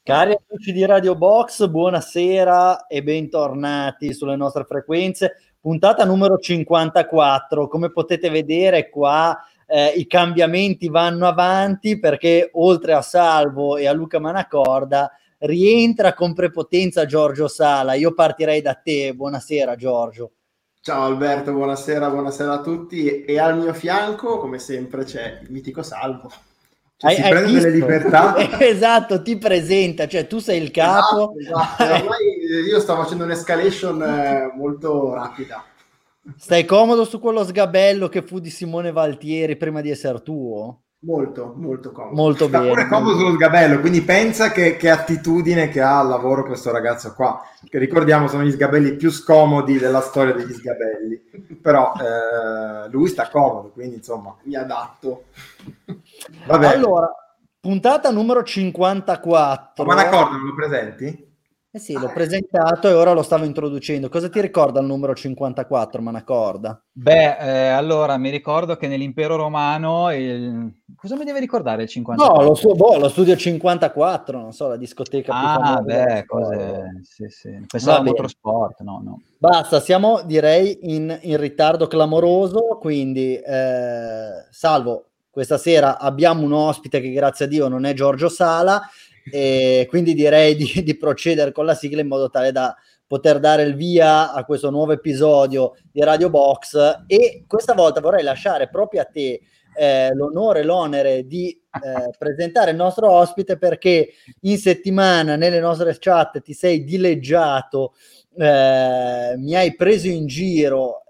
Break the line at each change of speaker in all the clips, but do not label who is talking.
Cari amici di Radio Box, buonasera e bentornati sulle nostre frequenze. Puntata numero 54. Come potete vedere qua i cambiamenti vanno avanti perché oltre a Salvo e a Luca Manacorda rientra con prepotenza Giorgio Sala. Io partirei da te. Buonasera Giorgio.
Ciao Alberto, buonasera a tutti e al mio fianco come sempre c'è il mitico Salvo.
Cioè, si prende delle libertà.
Esatto, ti presenta, cioè tu sei il capo.
Esatto. Ormai io sto facendo un'escalation molto rapida.
Stai comodo su quello sgabello che fu di Simone Valtieri prima di essere tuo?
Molto comodo.
Molto bene.
Pure comodo sullo sgabello, quindi pensa che attitudine che ha al lavoro questo ragazzo qua, che ricordiamo sono gli sgabelli più scomodi della storia degli sgabelli, però lui sta comodo, quindi insomma
mi adatto.
Vabbè.
Allora, puntata numero 54.
Ma Manacorda non lo presenti?
Eh sì, l'ho presentato e ora lo stavo introducendo. Cosa ti ricorda il numero 54, Manacorda?
Beh, allora mi ricordo che nell'impero romano cosa mi deve ricordare il 54?
No, lo studio 54, non so, la discoteca più famosa.
Beh, cose... Sì. Pensavo a motorsport, no.
Basta, siamo direi in ritardo clamoroso, quindi Salvo, questa sera abbiamo un ospite che grazie a Dio non è Giorgio Sala, e quindi direi di procedere con la sigla in modo tale da poter dare il via a questo nuovo episodio di Radio Box. E questa volta vorrei lasciare proprio a te l'onore e l'onere di presentare il nostro ospite, perché in settimana nelle nostre chat ti sei dileggiato, mi hai preso in giro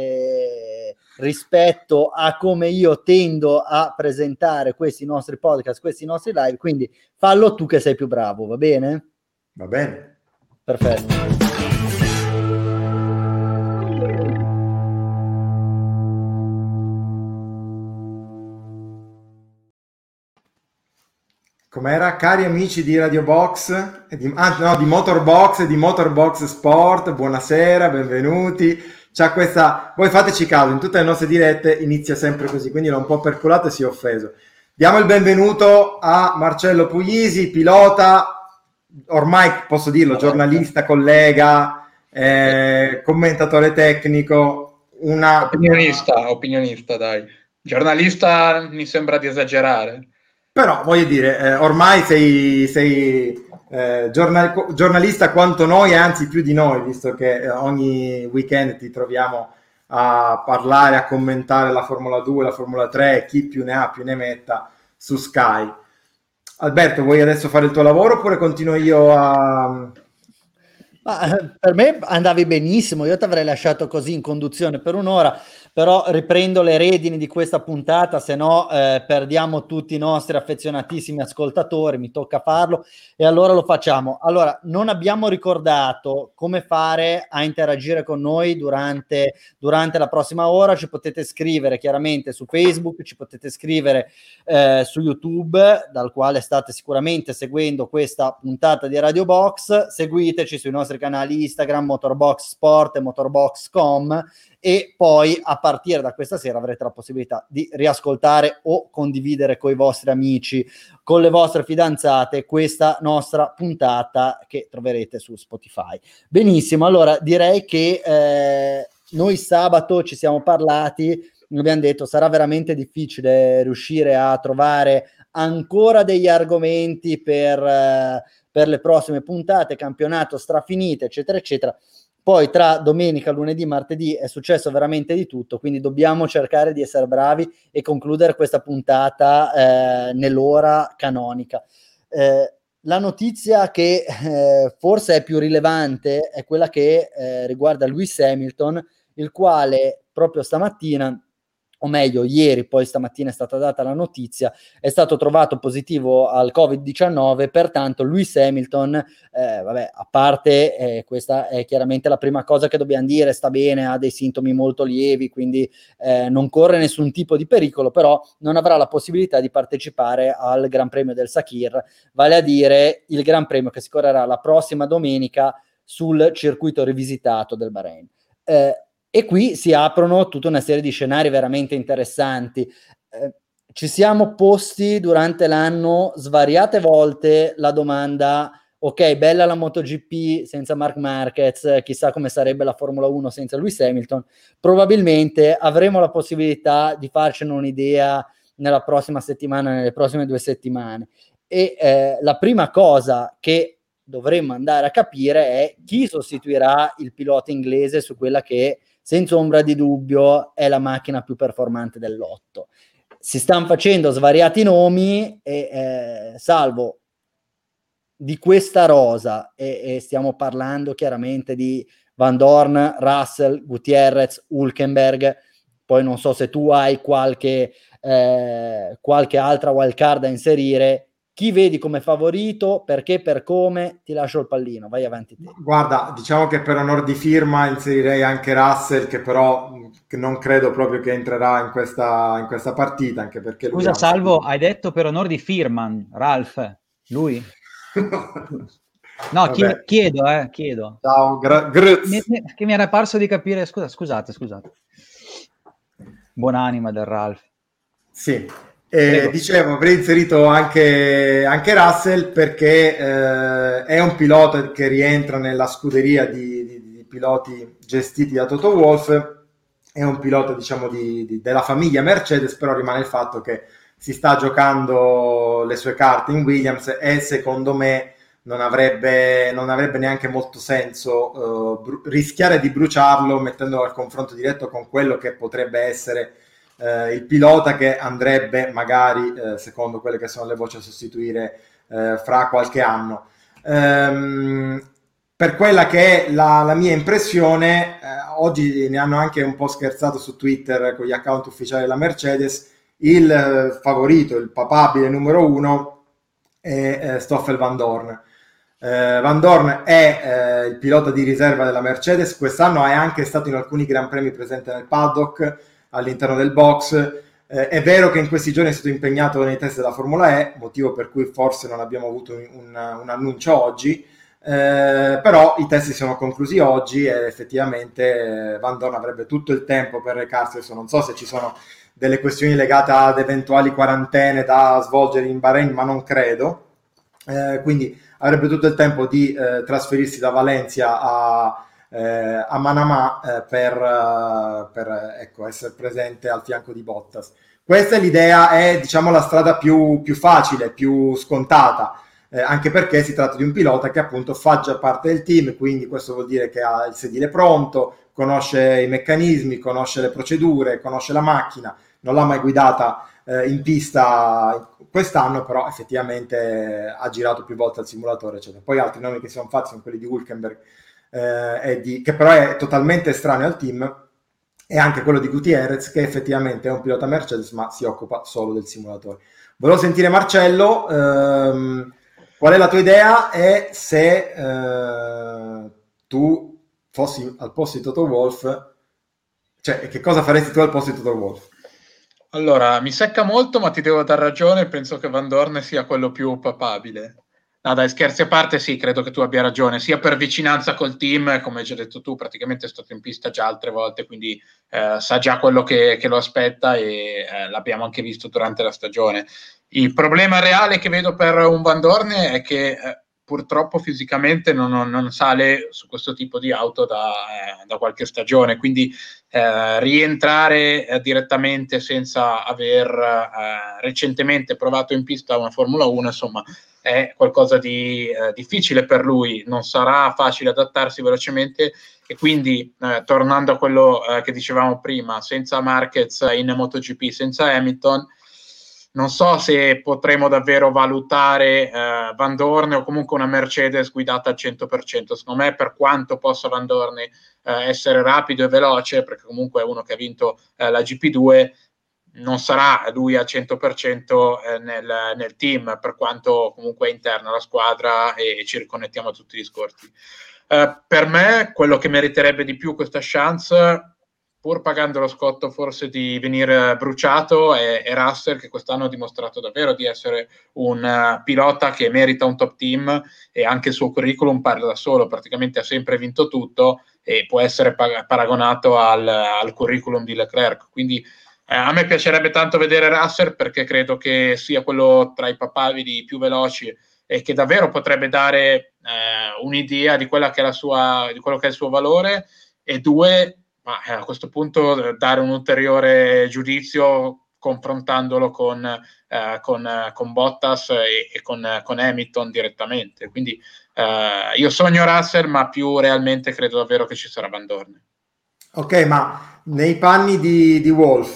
rispetto a come io tendo a presentare questi nostri podcast, questi nostri live, quindi fallo tu che sei più bravo, va bene?
Va bene.
Perfetto.
Com'era? Cari amici di Radio Box, di Motorbox e di Motorbox Sport, buonasera, benvenuti. C'ha questa, voi fateci caso, in tutte le nostre dirette inizia sempre così, quindi l'ho un po' percolato e si è offeso. Diamo il benvenuto a Marcello Puglisi, pilota, ormai posso dirlo, giornalista, collega, commentatore tecnico,
opinionista, dai. Giornalista mi sembra di esagerare.
Però voglio dire, ormai sei giornalista quanto noi, anzi più di noi, visto che ogni weekend ti troviamo a parlare, a commentare la Formula 2, la Formula 3, chi più ne ha più ne metta su Sky. Alberto, vuoi adesso fare il tuo lavoro oppure continuo io a...
Per me andavi benissimo, io ti avrei lasciato così in conduzione per un'ora, però riprendo le redini di questa puntata, se no perdiamo tutti i nostri affezionatissimi ascoltatori, mi tocca farlo e allora lo facciamo. Allora, non abbiamo ricordato come fare a interagire con noi durante la prossima ora. Ci potete scrivere chiaramente su Facebook, ci potete scrivere su YouTube, dal quale state sicuramente seguendo questa puntata di Radio Box. Seguiteci sui nostri canali Instagram, Motorbox Sport e Motorbox.com, e poi a partire da questa sera avrete la possibilità di riascoltare o condividere con i vostri amici, con le vostre fidanzate, questa nostra puntata che troverete su Spotify. Benissimo, allora direi che noi sabato ci siamo parlati, abbiamo detto sarà veramente difficile riuscire a trovare ancora degli argomenti per le prossime puntate, campionato strafinite, eccetera eccetera. Poi tra domenica, lunedì, martedì è successo veramente di tutto, quindi dobbiamo cercare di essere bravi e concludere questa puntata nell'ora canonica. La notizia che forse è più rilevante è quella che riguarda Lewis Hamilton, il quale proprio stamattina, o meglio ieri, poi stamattina è stata data la notizia, è stato trovato positivo al Covid-19, pertanto Lewis Hamilton, a parte questa è chiaramente la prima cosa che dobbiamo dire, sta bene, ha dei sintomi molto lievi, quindi non corre nessun tipo di pericolo, però non avrà la possibilità di partecipare al Gran Premio del Sakhir, vale a dire il Gran Premio che si correrà la prossima domenica sul circuito rivisitato del Bahrain. E qui si aprono tutta una serie di scenari veramente interessanti. ci siamo posti durante l'anno svariate volte la domanda: ok, bella la MotoGP senza Marc Marquez, chissà come sarebbe la Formula 1 senza Lewis Hamilton. Probabilmente avremo la possibilità di farcene un'idea nella prossima settimana, nelle prossime 2 settimane. E la prima cosa che dovremmo andare a capire è chi sostituirà il pilota inglese su quella che, senza ombra di dubbio, è la macchina più performante del lotto. Si stanno facendo svariati nomi e salvo di questa rosa, e stiamo parlando chiaramente di Van Dorn, Russell, Gutierrez, Hülkenberg, poi non so se tu hai qualche altra wildcard da inserire. Chi vedi come favorito, perché, per come? Ti lascio il pallino, vai avanti te.
Guarda, diciamo che per onor di firma inserirei anche Russell, che però non credo proprio che entrerà in questa partita, anche perché lui
Scusa Salvo, hai detto per onor di firma, Ralph, lui? No, chiedo.
Ciao,
che mi era parso di capire, scusate. Buonanima del Ralph.
Sì, dicevo, avrei inserito anche Russell perché è un pilota che rientra nella scuderia di piloti gestiti da Toto Wolff, è un pilota, diciamo, della famiglia Mercedes, però rimane il fatto che si sta giocando le sue carte in Williams e secondo me non avrebbe neanche molto senso rischiare di bruciarlo mettendolo al confronto diretto con quello che potrebbe essere il pilota che andrebbe magari, secondo quelle che sono le voci, a sostituire fra qualche anno. Per quella che è la mia impressione, oggi ne hanno anche un po' scherzato su Twitter con gli account ufficiali della Mercedes, il favorito, il papabile numero 1 è Stoffel Van Dorn. Van Dorn è il pilota di riserva della Mercedes, quest'anno è anche stato in alcuni Gran Premi presente nel paddock, all'interno del box. È vero che in questi giorni è stato impegnato nei test della Formula E, motivo per cui forse non abbiamo avuto un annuncio oggi, però i test si sono conclusi oggi e effettivamente Van Dorn avrebbe tutto il tempo per recarsi. Adesso non so se ci sono delle questioni legate ad eventuali quarantene da svolgere in Bahrain, ma non credo, quindi avrebbe tutto il tempo di trasferirsi da Valencia a Manama per ecco, essere presente al fianco di Bottas. Questa è l'idea, è diciamo la strada più facile, più scontata, anche perché si tratta di un pilota che appunto fa già parte del team, quindi questo vuol dire che ha il sedile pronto, conosce i meccanismi, conosce le procedure, conosce la macchina, non l'ha mai guidata in pista quest'anno, però effettivamente ha girato più volte al simulatore, eccetera. Poi altri nomi che si sono fatti sono quelli di Hülkenberg, che però è totalmente estraneo al team, e anche quello di Gutierrez, che effettivamente è un pilota Mercedes ma si occupa solo del simulatore. Volevo sentire Marcello, qual è la tua idea e se tu fossi al posto di Toto Wolff, cioè che cosa faresti tu al posto di Toto Wolff?
Allora, mi secca molto, ma ti devo dar ragione, penso che Van Dorn sia quello più papabile. No, dai, scherzi a parte, sì, credo che tu abbia ragione, sia per vicinanza col team, come hai già detto tu, praticamente è stato in pista già altre volte, quindi sa già quello che lo aspetta e l'abbiamo anche visto durante la stagione. Il problema reale che vedo per un Van Dorn è che purtroppo fisicamente non sale su questo tipo di auto da qualche stagione, quindi rientrare direttamente senza aver recentemente provato in pista una Formula 1, insomma, è qualcosa di difficile per lui, non sarà facile adattarsi velocemente e quindi tornando a quello che dicevamo prima, senza Marquez in MotoGP, senza Hamilton, non so se potremo davvero valutare Van Dorn o comunque una Mercedes guidata al 100%. Secondo me, per quanto possa Van Dorn essere rapido e veloce, perché comunque è uno che ha vinto la GP2, non sarà lui al 100% nel team, per quanto comunque è interno alla squadra e ci riconnettiamo a tutti i discorsi. Per me, quello che meriterebbe di più questa chance, pur pagando lo scotto forse di venire bruciato, è Russell, che quest'anno ha dimostrato davvero di essere un pilota che merita un top team e anche il suo curriculum parla da solo, praticamente ha sempre vinto tutto e può essere paragonato al curriculum di Leclerc, quindi A me piacerebbe tanto vedere Russell, perché credo che sia quello tra i papabili più veloci e che davvero potrebbe dare un'idea di quella che è di quello che è il suo valore, e due, a questo punto dare un ulteriore giudizio confrontandolo con Bottas e con Hamilton direttamente. Quindi io sogno Russell, ma più realmente credo davvero che ci sarà Vandoorne.
Ok, ma nei panni di Wolf,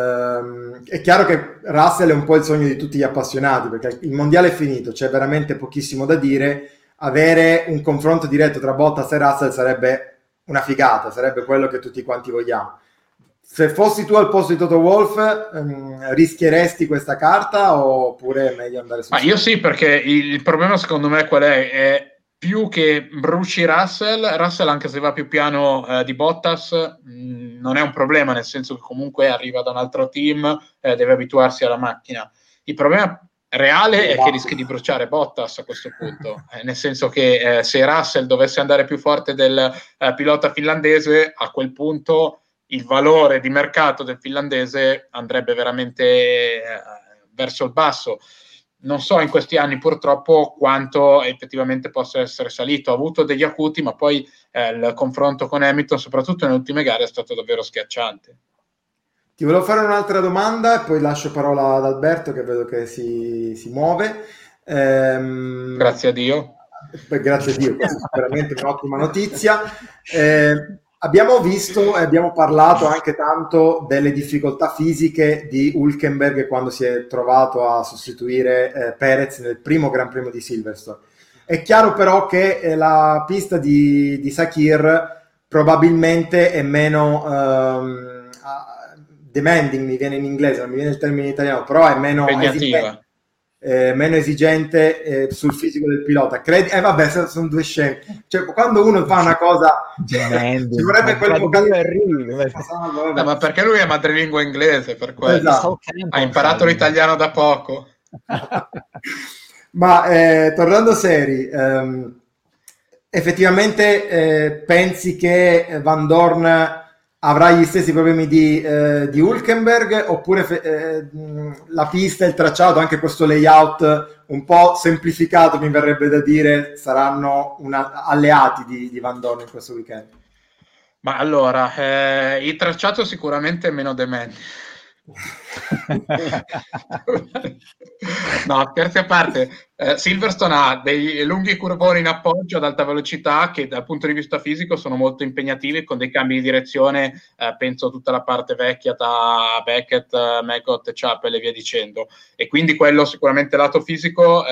è chiaro che Russell è un po' il sogno di tutti gli appassionati, perché il mondiale è finito, c'è veramente pochissimo da dire. Avere un confronto diretto tra Bottas e Russell sarebbe una figata, sarebbe quello che tutti quanti vogliamo. Se fossi tu al posto di Toto Wolff, rischieresti questa carta oppure è meglio andare su?
Ma io sì, perché il problema secondo me qual è? È più che bruci Russell, anche se va più piano di Bottas, non è un problema, nel senso che comunque arriva da un altro team, deve abituarsi alla macchina. Il problema reale è che rischi di bruciare Bottas a questo punto, nel senso che se Russell dovesse andare più forte del pilota finlandese, a quel punto il valore di mercato del finlandese andrebbe veramente verso il basso. Non so in questi anni purtroppo quanto effettivamente possa essere salito. Ha avuto degli acuti, ma poi il confronto con Hamilton, soprattutto nelle ultime gare, è stato davvero schiacciante.
Ti volevo fare un'altra domanda e poi lascio parola ad Alberto, che vedo che si muove.
Grazie a Dio.
Grazie a Dio, questa è sicuramente un'ottima notizia. Abbiamo visto e abbiamo parlato anche tanto delle difficoltà fisiche di Hülkenberg quando si è trovato a sostituire Perez nel primo Gran Premio di Silverstone. È chiaro però che la pista di Sakhir probabilmente è meno demanding, mi viene in inglese, non mi viene il termine in italiano, però è meno esigente sul fisico del pilota. Vabbè, sono due scemi. Cioè, quando uno fa una cosa, ci vorrebbe quel vocale.
No, ma perché lui è madrelingua inglese, per quello.
Esatto.
Ha imparato l'italiano da poco.
Ma tornando seri, effettivamente pensi che Vandoorne avrà gli stessi problemi di Hülkenberg, oppure la pista, il tracciato, anche questo layout un po' semplificato, mi verrebbe da dire, saranno alleati di Vandoorne in questo weekend?
Ma allora, il tracciato sicuramente è meno demente. No, scherzi a parte, Silverstone ha dei lunghi curvoni in appoggio ad alta velocità che dal punto di vista fisico sono molto impegnativi, con dei cambi di direzione, penso a tutta la parte vecchia da Beckett, Maggot, Chappell e via dicendo, e quindi quello sicuramente lato fisico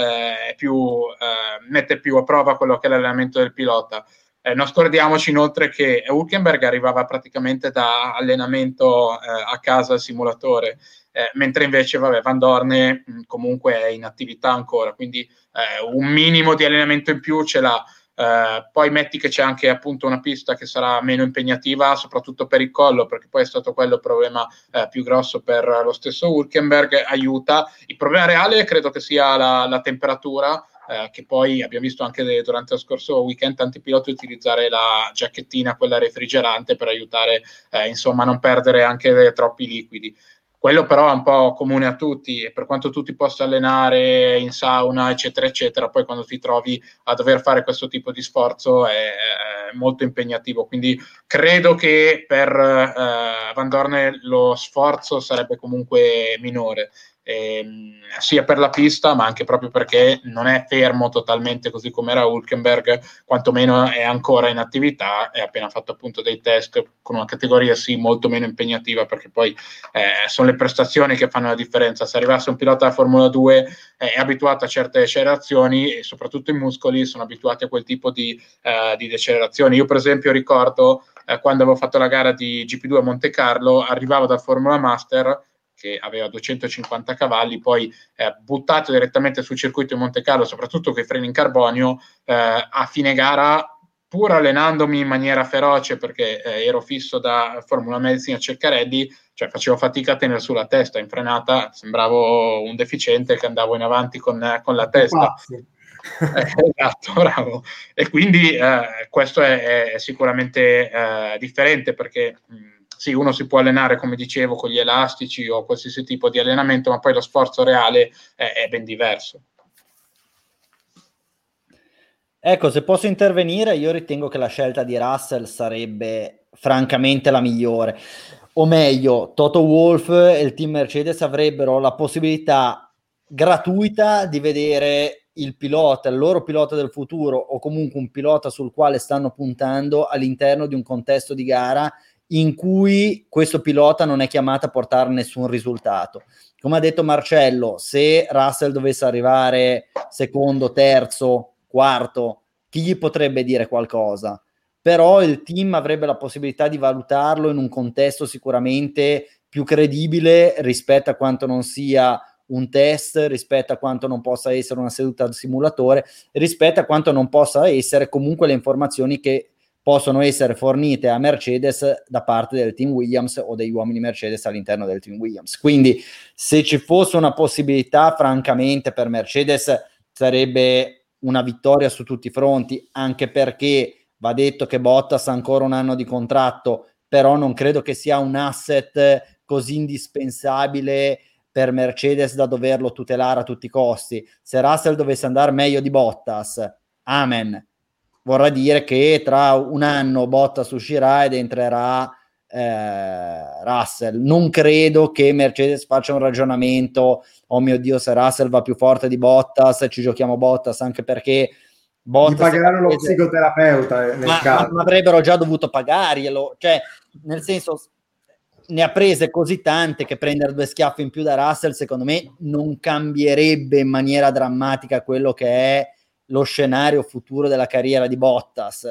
mette più a prova quello che è l'allenamento del pilota. Non scordiamoci inoltre che Hülkenberg arrivava praticamente da allenamento a casa al simulatore, mentre invece Vandoorne comunque è in attività ancora, quindi un minimo di allenamento in più ce l'ha. Poi metti che c'è anche appunto una pista che sarà meno impegnativa, soprattutto per il collo, perché poi è stato quello il problema più grosso per lo stesso Hülkenberg, aiuta. Il problema reale credo che sia la temperatura, che poi abbiamo visto anche durante lo scorso weekend tanti piloti utilizzare la giacchettina, quella refrigerante, per aiutare insomma a non perdere anche troppi liquidi. Quello però è un po' comune a tutti, e per quanto tu ti possa allenare in sauna eccetera eccetera, poi quando ti trovi a dover fare questo tipo di sforzo è molto impegnativo, quindi credo che per Vandoorne lo sforzo sarebbe comunque minore, sia per la pista ma anche proprio perché non è fermo totalmente così come era Hülkenberg, quantomeno è ancora in attività e ha appena fatto appunto dei test con una categoria sì molto meno impegnativa, perché poi sono le prestazioni che fanno la differenza. Se arrivasse un pilota da Formula 2 è abituato a certe decelerazioni e soprattutto i muscoli sono abituati a quel tipo di decelerazioni. Io per esempio ricordo quando avevo fatto la gara di GP2 a Monte Carlo, arrivavo dal Formula Master che aveva 250 cavalli, poi buttato direttamente sul circuito di Monte Carlo, soprattutto con i freni in carbonio, a fine gara, pur allenandomi in maniera feroce perché ero fisso da Formula Medicine a Ceccarelli, cioè facevo fatica a tenere sulla testa, in frenata sembravo un deficiente che andavo in avanti con la testa. Esatto, bravo. E quindi questo è sicuramente differente, perché sì, uno si può allenare, come dicevo, con gli elastici o qualsiasi tipo di allenamento, ma poi lo sforzo reale è ben diverso.
Ecco, se posso intervenire, io ritengo che la scelta di Russell sarebbe francamente la migliore. O meglio, Toto Wolff e il team Mercedes avrebbero la possibilità gratuita di vedere il loro pilota del futuro, o comunque un pilota sul quale stanno puntando all'interno di un contesto di gara in cui questo pilota non è chiamato a portare nessun risultato. Come ha detto Marcello, se Russell dovesse arrivare secondo, terzo, quarto, chi gli potrebbe dire qualcosa? Però il team avrebbe la possibilità di valutarlo in un contesto sicuramente più credibile rispetto a quanto non sia un test, rispetto a quanto non possa essere una seduta al simulatore, rispetto a quanto non possa essere comunque le informazioni che possono essere fornite a Mercedes da parte del team Williams o degli uomini Mercedes all'interno del team Williams. Quindi se ci fosse una possibilità, francamente per Mercedes sarebbe una vittoria su tutti i fronti, anche perché va detto che Bottas ha ancora un anno di contratto, però non credo che sia un asset così indispensabile per Mercedes da doverlo tutelare a tutti i costi. Se Russell dovesse andare meglio di Bottas, amen, vorrà dire che tra un anno Bottas uscirà ed entrerà Russell. Non credo che Mercedes faccia un ragionamento, oh mio Dio, se Russell va più forte di Bottas ci giochiamo Bottas, anche perché Bottas
gli pagheranno lo psicoterapeuta nel caso.
Ma avrebbero già dovuto pagarglielo, cioè nel senso ne ha prese così tante che prendere 2 schiaffi in più da Russell secondo me non cambierebbe in maniera drammatica quello che è lo scenario futuro della carriera di Bottas.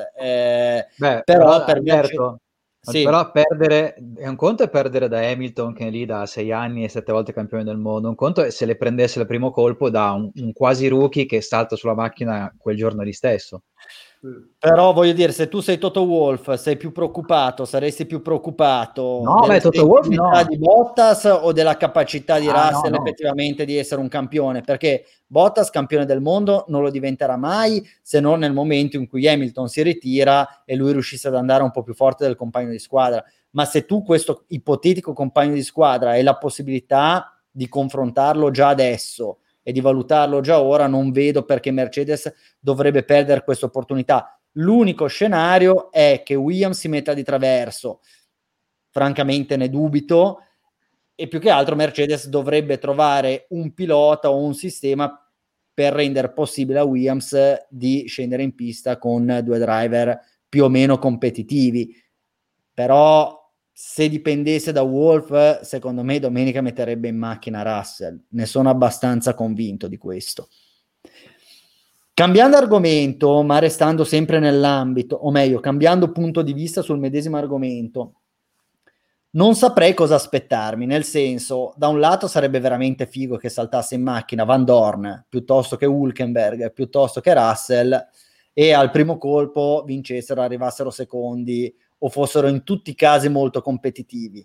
Però per
Alberto, sì. Però perdere è un conto, è perdere da Hamilton che è lì da 6 anni e 7 volte campione del mondo, un conto è se le prendesse il primo colpo da un quasi rookie che salta sulla macchina quel giorno lì stesso.
Però voglio dire, se tu sei Toto Wolff, sei più preoccupato, saresti più preoccupato
Toto Wolff
di Bottas o della capacità di Russell effettivamente di essere un campione? Perché Bottas campione del mondo non lo diventerà mai se non nel momento in cui Hamilton si ritira e lui riuscisse ad andare un po' più forte del compagno di squadra. Ma se tu questo ipotetico compagno di squadra hai la possibilità di confrontarlo già adesso e di valutarlo già ora, non vedo perché Mercedes dovrebbe perdere questa opportunità. L'unico scenario è che Williams si metta di traverso, francamente ne dubito, e più che altro Mercedes dovrebbe trovare un pilota o un sistema per rendere possibile a Williams di scendere in pista con 2 driver più o meno competitivi. Però se dipendesse da Wolff, secondo me domenica metterebbe in macchina Russell. Ne sono abbastanza convinto di questo. Cambiando argomento, ma restando sempre nell'ambito, o meglio, cambiando punto di vista sul medesimo argomento, non saprei cosa aspettarmi, nel senso, da un lato sarebbe veramente figo che saltasse in macchina Van Dorn, piuttosto che Hülkenberg, piuttosto che Russell, e al primo colpo vincessero, arrivassero secondi, o fossero in tutti i casi molto competitivi.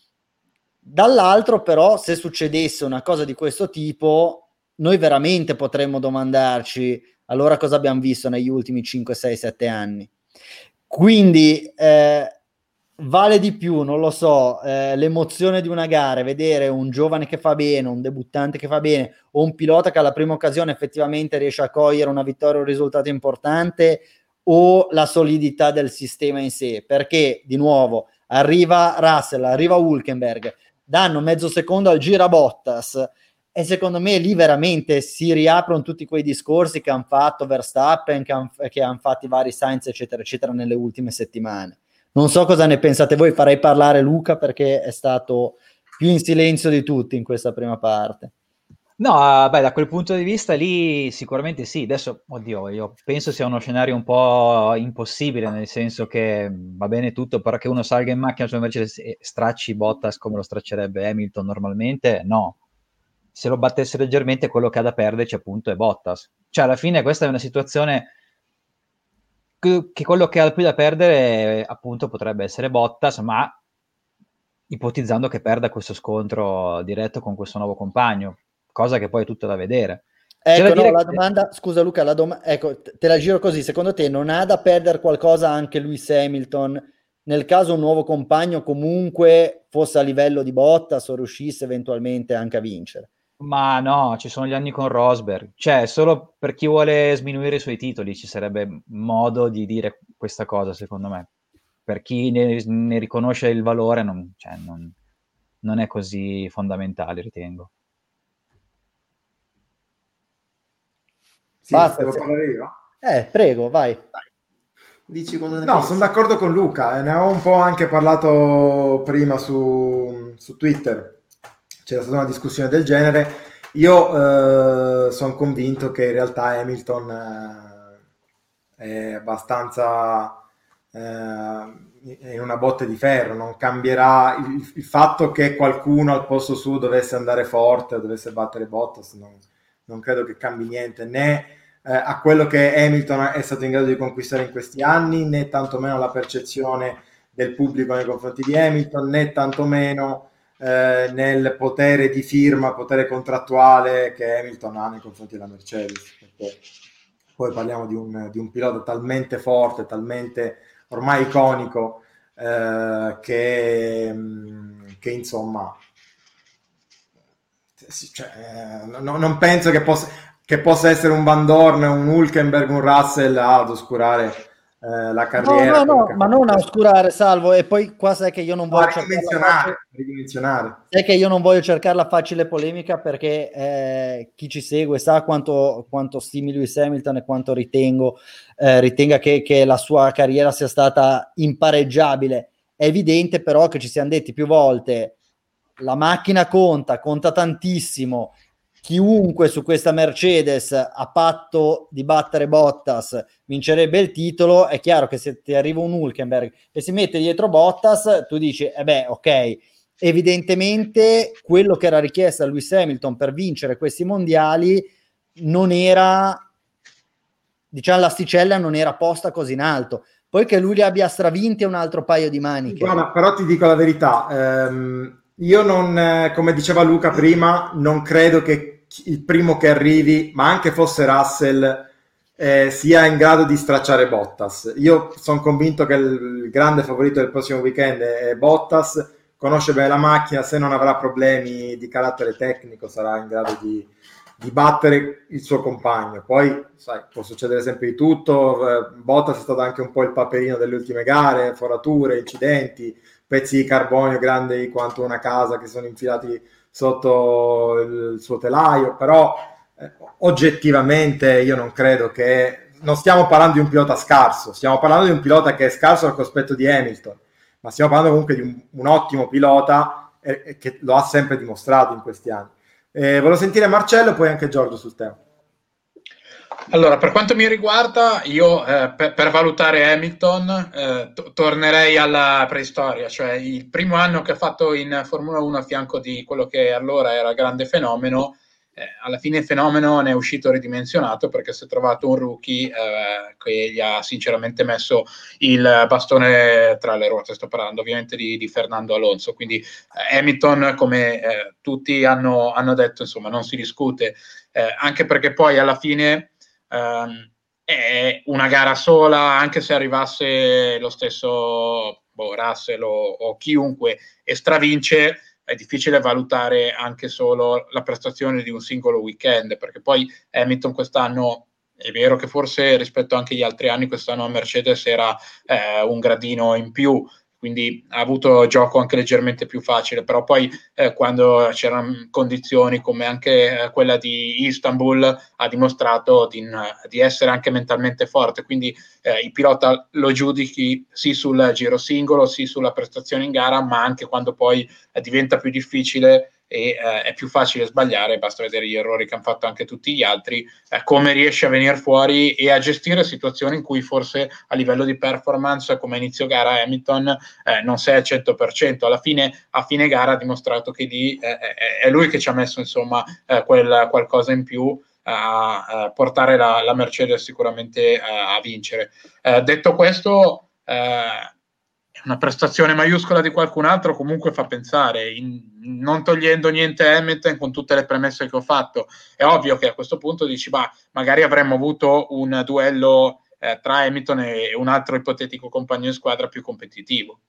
Dall'altro però, se succedesse una cosa di questo tipo, noi veramente potremmo domandarci allora cosa abbiamo visto negli ultimi 5, 6, 7 anni. Quindi vale di più, non lo so, l'emozione di una gara, vedere un giovane che fa bene, un debuttante che fa bene, o un pilota che alla prima occasione effettivamente riesce a cogliere una vittoria o un risultato importante, o la solidità del sistema in sé, perché di nuovo arriva Russell, arriva Hülkenberg, danno mezzo secondo al gira Bottas e secondo me lì veramente si riaprono tutti quei discorsi che hanno fatto Verstappen, che hanno fatto i vari Sainz eccetera eccetera nelle ultime settimane. Non so cosa ne pensate voi, farei parlare Luca perché è stato più in silenzio di tutti in questa prima parte.
No, beh, da quel punto di vista lì sicuramente sì. Adesso, oddio, io penso sia uno scenario un po' impossibile, nel senso che va bene tutto, però che uno salga in macchina sulla Mercedes e stracci Bottas come lo straccerebbe Hamilton normalmente, no. Se lo battesse leggermente, quello che ha da perderci appunto è Bottas. Cioè, alla fine questa è una situazione che quello che ha più da perdere appunto potrebbe essere Bottas, ma ipotizzando che perda questo scontro diretto con questo nuovo compagno, cosa che poi è tutta da vedere.
Ecco, no, la domanda, scusa Luca, ecco, te la giro così, secondo te non ha da perdere qualcosa anche Lewis Hamilton nel caso un nuovo compagno comunque fosse a livello di Bottas o riuscisse eventualmente anche a vincere.
Ma no, ci sono gli anni con Rosberg, cioè solo per chi vuole sminuire i suoi titoli ci sarebbe modo di dire questa cosa, secondo me. Per chi ne riconosce il valore non è così fondamentale, ritengo.
Sì,
Basta,
devo parlare io?
Prego, vai.
Dici cosa ne
No,
pensi?
sono d'accordo con Luca, ne ho un po' anche parlato prima su Twitter, c'era stata una discussione del genere. Io sono convinto che in realtà Hamilton è abbastanza in una botte di ferro, non cambierà il fatto che qualcuno al posto suo dovesse andare forte o dovesse battere Bottas, non credo che cambi niente, né a quello che Hamilton è stato in grado di conquistare in questi anni, né tantomeno la percezione del pubblico nei confronti di Hamilton, né tantomeno nel potere di firma, potere contrattuale che Hamilton ha nei confronti della Mercedes, perché poi parliamo di un pilota talmente forte, talmente ormai iconico, che insomma non penso che possa essere un Van Dorn, un Hülkenberg, un Russell ad oscurare la carriera.
No, ma non a oscurare, Salvo, e poi qua sai che io non voglio
ridimensionare.
Sai che io non voglio cercare la facile polemica, perché chi ci segue sa quanto stimi Lewis Hamilton e quanto ritenga che la sua carriera sia stata impareggiabile. È evidente però che ci siamo detti più volte, la macchina conta tantissimo. Chiunque su questa Mercedes a patto di battere Bottas vincerebbe il titolo. È chiaro che se ti arriva un Hülkenberg e si mette dietro Bottas, tu dici ok, evidentemente quello che era richiesto a Lewis Hamilton per vincere questi mondiali non era, diciamo, l'asticella non era posta così in alto. Poi che lui li abbia stravinti è un altro paio di maniche.
Guarda, però ti dico la verità, io non, come diceva Luca prima, non credo che il primo che arrivi, ma anche fosse Russell, sia in grado di stracciare Bottas. Io sono convinto che il grande favorito del prossimo weekend è Bottas, conosce bene la macchina, se non avrà problemi di carattere tecnico sarà in grado di battere il suo compagno. Poi sai, può succedere sempre di tutto. Bottas è stato anche un po' il paperino delle ultime gare, forature, incidenti, pezzi di carbonio grandi quanto una casa che sono infilati sotto il suo telaio, però oggettivamente io non credo che, non stiamo parlando di un pilota scarso, stiamo parlando di un pilota che è scarso al cospetto di Hamilton, ma stiamo parlando comunque di un ottimo pilota che lo ha sempre dimostrato in questi anni. Volevo sentire Marcello, poi anche Giorgio sul tema.
Allora, per quanto mi riguarda, io per valutare Hamilton tornerei alla preistoria, cioè il primo anno che ha fatto in Formula 1 a fianco di quello che allora era grande fenomeno. Alla fine il fenomeno ne è uscito ridimensionato, perché si è trovato un rookie che gli ha sinceramente messo il bastone tra le ruote. Sto parlando ovviamente di Fernando Alonso. Quindi Hamilton, come tutti hanno detto, insomma, non si discute, anche perché poi alla fine è una gara sola. Anche se arrivasse lo stesso Russell o chiunque e stravince, è difficile valutare anche solo la prestazione di un singolo weekend, perché poi Hamilton quest'anno, è vero che forse rispetto anche agli altri anni quest'anno a Mercedes era un gradino in più, quindi ha avuto gioco anche leggermente più facile, però poi quando c'erano condizioni come anche quella di Istanbul ha dimostrato di essere anche mentalmente forte. Quindi il pilota lo giudichi sì sul giro singolo, sì sulla prestazione in gara, ma anche quando poi diventa più difficile e è più facile sbagliare. Basta vedere gli errori che hanno fatto anche tutti gli altri, come riesce a venire fuori e a gestire situazioni in cui forse a livello di performance, come inizio gara Hamilton non sei al 100%. Alla fine, a fine gara ha dimostrato che è lui che ci ha messo insomma quel qualcosa in più a portare la Mercedes sicuramente a vincere. Detto questo, una prestazione maiuscola di qualcun altro comunque fa pensare, non togliendo niente a Hamilton, con tutte le premesse che ho fatto. È ovvio che a questo punto dici, magari avremmo avuto un duello tra Hamilton e un altro ipotetico compagno di squadra più competitivo.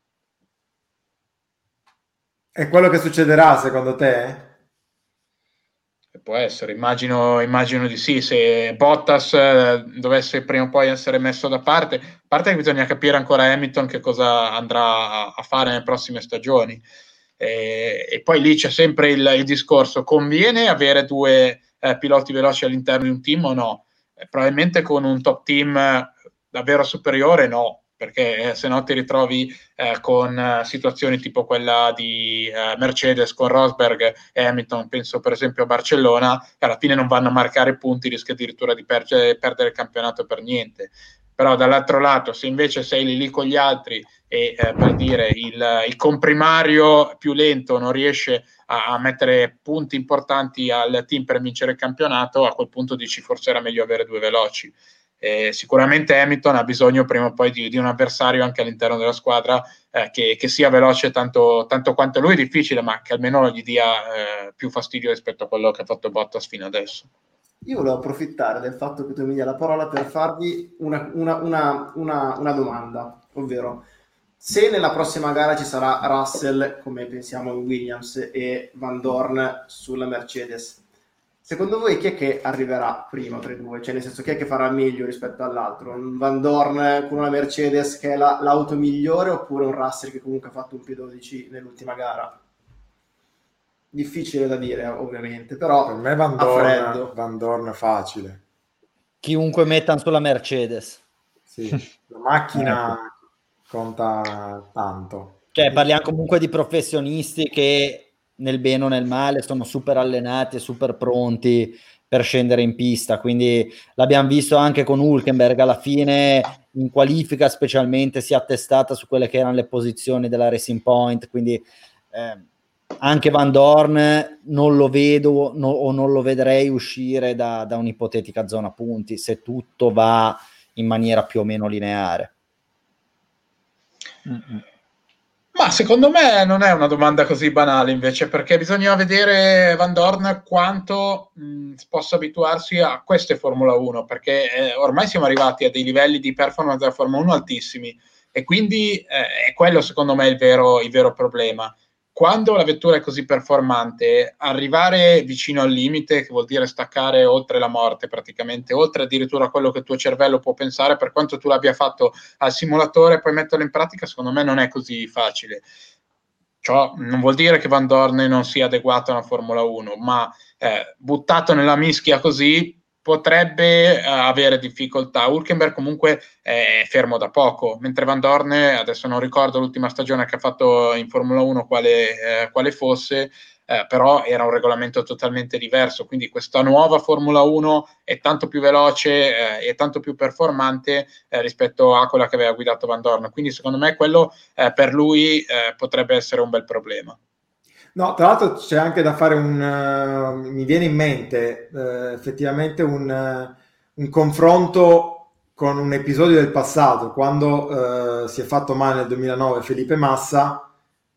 È quello che succederà secondo te?
Può essere, immagino di sì. Se Bottas dovesse prima o poi essere messo da parte, a parte che bisogna capire ancora Hamilton che cosa andrà a fare nelle prossime stagioni, e poi lì c'è sempre il discorso: conviene avere due piloti veloci all'interno di un team o no? Probabilmente con un top team davvero superiore no, perché se no ti ritrovi con situazioni tipo quella di Mercedes con Rosberg e Hamilton, penso per esempio a Barcellona, che alla fine non vanno a marcare punti, rischia addirittura di perdere il campionato per niente. Però dall'altro lato, se invece sei lì con gli altri e per dire il comprimario più lento non riesce a mettere punti importanti al team per vincere il campionato, a quel punto dici forse era meglio avere due veloci. Sicuramente Hamilton ha bisogno prima o poi di un avversario anche all'interno della squadra che sia veloce tanto quanto lui, difficile, ma che almeno gli dia più fastidio rispetto a quello che ha fatto Bottas fino adesso.
Io volevo approfittare del fatto che tu mi dia la parola per farvi una domanda, ovvero se nella prossima gara ci sarà Russell, come pensiamo in Williams, e Van Dorn sulla Mercedes, secondo voi chi è che arriverà prima tra i due? Cioè nel senso, chi è che farà meglio rispetto all'altro? Un Van Dorn con una Mercedes che è l'auto migliore, oppure un Russell che comunque ha fatto un P12 nell'ultima gara? Difficile da dire ovviamente, però
Per me Van Dorn è facile.
Chiunque mettano sulla Mercedes.
Sì, la macchina conta tanto.
Cioè parliamo comunque di professionisti che nel bene o nel male sono super allenati e super pronti per scendere in pista, quindi l'abbiamo visto anche con Hülkenberg, alla fine in qualifica specialmente si è attestata su quelle che erano le posizioni della Racing Point, quindi anche Van Dorn non lo vedo o non lo vedrei uscire da un'ipotetica zona punti se tutto va in maniera più o meno lineare.
Ma secondo me non è una domanda così banale invece, perché bisogna vedere Van Dorn quanto possa abituarsi a queste Formula 1, perché ormai siamo arrivati a dei livelli di performance della Formula 1 altissimi, e quindi è quello secondo me il vero problema. Quando la vettura è così performante, arrivare vicino al limite, che vuol dire staccare oltre la morte praticamente, oltre addirittura quello che il tuo cervello può pensare, per quanto tu l'abbia fatto al simulatore e poi metterlo in pratica, secondo me non è così facile. Ciò non vuol dire che Van Dorn non sia adeguato a una Formula 1, ma buttato nella mischia così potrebbe avere difficoltà. Hülkenberg comunque è fermo da poco, mentre Van Dorn, adesso non ricordo l'ultima stagione che ha fatto in Formula 1 quale fosse, però era un regolamento totalmente diverso, quindi questa nuova Formula 1 è tanto più veloce e tanto più performante rispetto a quella che aveva guidato Van Dorn, quindi secondo me quello per lui potrebbe essere un bel problema.
No, tra l'altro c'è anche da fare mi viene in mente effettivamente un confronto con un episodio del passato, quando si è fatto male nel 2009 Felipe Massa,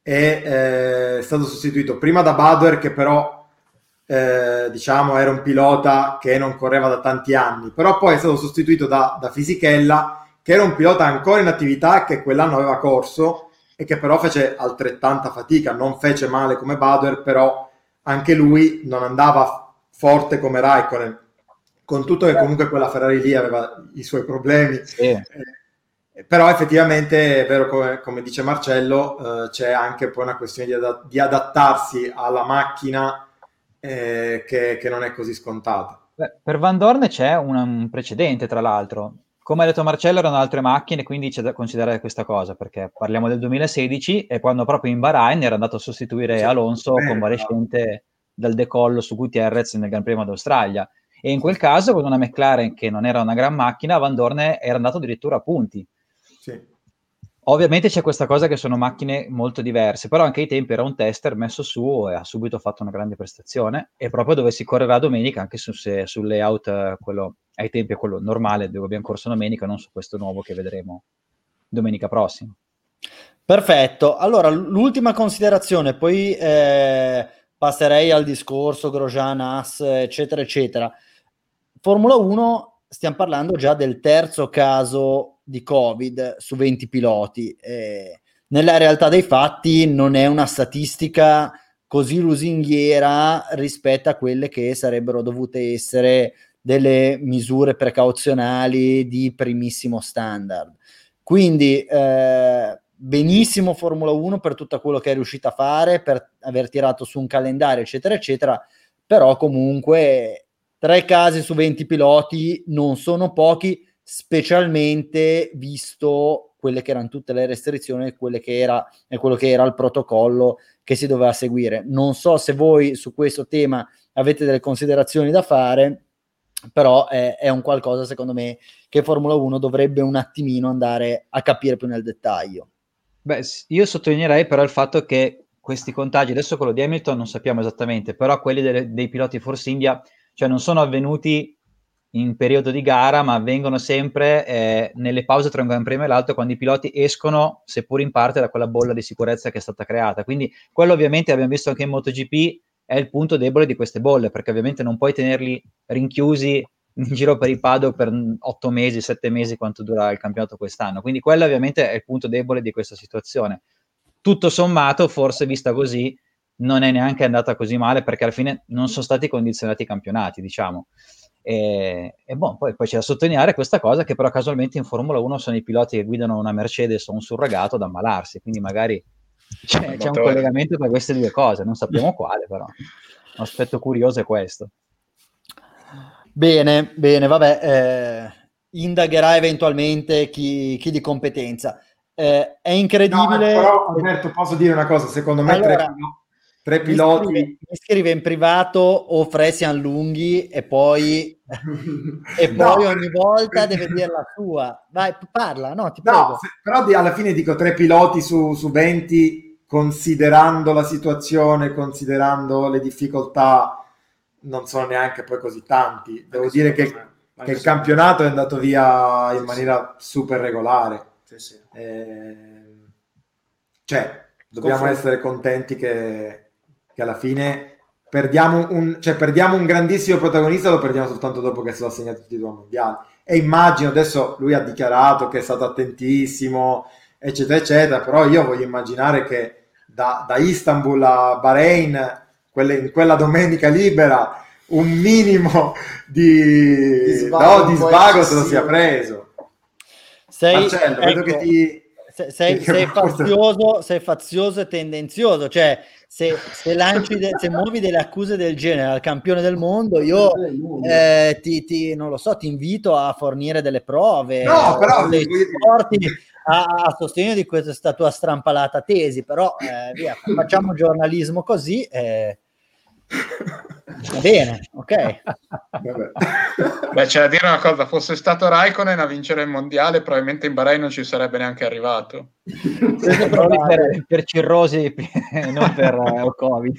è stato sostituito prima da Badoer, che però diciamo era un pilota che non correva da tanti anni, però poi è stato sostituito da Fisichella, che era un pilota ancora in attività, che quell'anno aveva corso e che però fece altrettanta fatica, non fece male come Badoer, però anche lui non andava forte come Raikkonen, con tutto che comunque quella Ferrari lì aveva i suoi problemi.
Sì.
Però effettivamente è vero, come dice Marcello, c'è anche poi una questione di adattarsi alla macchina che non è così scontata.
Beh, per Van Dorn c'è un precedente, tra l'altro. Come ha detto Marcello, erano altre macchine, quindi c'è da considerare questa cosa, perché parliamo del 2016 e quando proprio in Bahrain era andato a sostituire Alonso convalescente dal decollo su Gutiérrez nel Gran Premio d'Australia. E in quel caso, con una McLaren che non era una gran macchina, Van Dorn era andato addirittura a punti.
Sì.
Ovviamente c'è questa cosa che sono macchine molto diverse, però anche ai tempi era un tester messo su e ha subito fatto una grande prestazione, e proprio dove si correrà domenica, anche sul layout, quello ai tempi è quello normale dove abbiamo corso domenica, non su questo nuovo che vedremo domenica prossima.
Perfetto, allora l'ultima considerazione, poi passerei al discorso Grosjean, Haas, eccetera eccetera. Formula 1 stiamo parlando già del terzo caso di Covid su 20 piloti. Nella realtà dei fatti non è una statistica così lusinghiera rispetto a quelle che sarebbero dovute essere delle misure precauzionali di primissimo standard. Quindi benissimo Formula 1 per tutto quello che è riuscita a fare, per aver tirato su un calendario eccetera eccetera, però comunque 3 casi su 20 piloti non sono pochi, specialmente visto quelle che erano tutte le restrizioni e quello che era il protocollo che si doveva seguire. Non so se voi su questo tema avete delle considerazioni da fare, però è un qualcosa secondo me che Formula 1 dovrebbe un attimino andare a capire più nel dettaglio.
Beh, io sottolineerei però il fatto che questi contagi, adesso quello di Hamilton non sappiamo esattamente, però quelli dei piloti Force India, cioè non sono avvenuti in periodo di gara, ma avvengono sempre nelle pause tra un Gran Premio e l'altro, quando i piloti escono, seppur in parte, da quella bolla di sicurezza che è stata creata. Quindi quello ovviamente abbiamo visto anche in MotoGP è il punto debole di queste bolle, perché ovviamente non puoi tenerli rinchiusi in giro per i paddock per 8 mesi, 7 mesi, quanto dura il campionato quest'anno. Quindi quello ovviamente è il punto debole di questa situazione. Tutto sommato, forse vista così, non è neanche andata così male, perché alla fine non sono stati condizionati i campionati, diciamo. E poi c'è da sottolineare questa cosa, che però casualmente in Formula 1 sono i piloti che guidano una Mercedes o un surrogato ad ammalarsi, quindi magari c'è un collegamento tra queste due cose, non sappiamo quale, però un aspetto curioso è questo.
Bene, vabbè, indagherà eventualmente chi di competenza. È incredibile.
No, però Alberto, posso dire una cosa? Secondo me
allora,
tre piloti.
Mi scrive in privato o Fresian Lunghi e poi ogni volta deve dire la sua. Vai, parla, no, ti prego.
Però alla fine dico 3 piloti su 20, considerando la situazione, considerando le difficoltà, non sono neanche poi così tanti. Devo dire che il campionato è andato via in maniera super regolare.
Sì.
Cioè, dobbiamo essere contenti che alla fine perdiamo un grandissimo protagonista, lo perdiamo soltanto dopo che si sono assegnati tutti i due mondiali. E immagino, adesso lui ha dichiarato che è stato attentissimo, eccetera, eccetera, però io voglio immaginare che da Istanbul a Bahrain, in quella domenica libera, un minimo di svago se lo sia preso. Marcello, vedo che ti...
Sei fazioso e tendenzioso, cioè se muovi delle accuse del genere al campione del mondo, io non lo so, ti invito a fornire delle prove,
però
dei supporti a sostegno di questa tua strampalata tesi, però via, facciamo giornalismo così. Va bene, ok.
Beh, c'è da dire una cosa: fosse stato Raikkonen a vincere il mondiale, probabilmente in Bahrain non ci sarebbe neanche arrivato.
per cirrosi, non per Covid.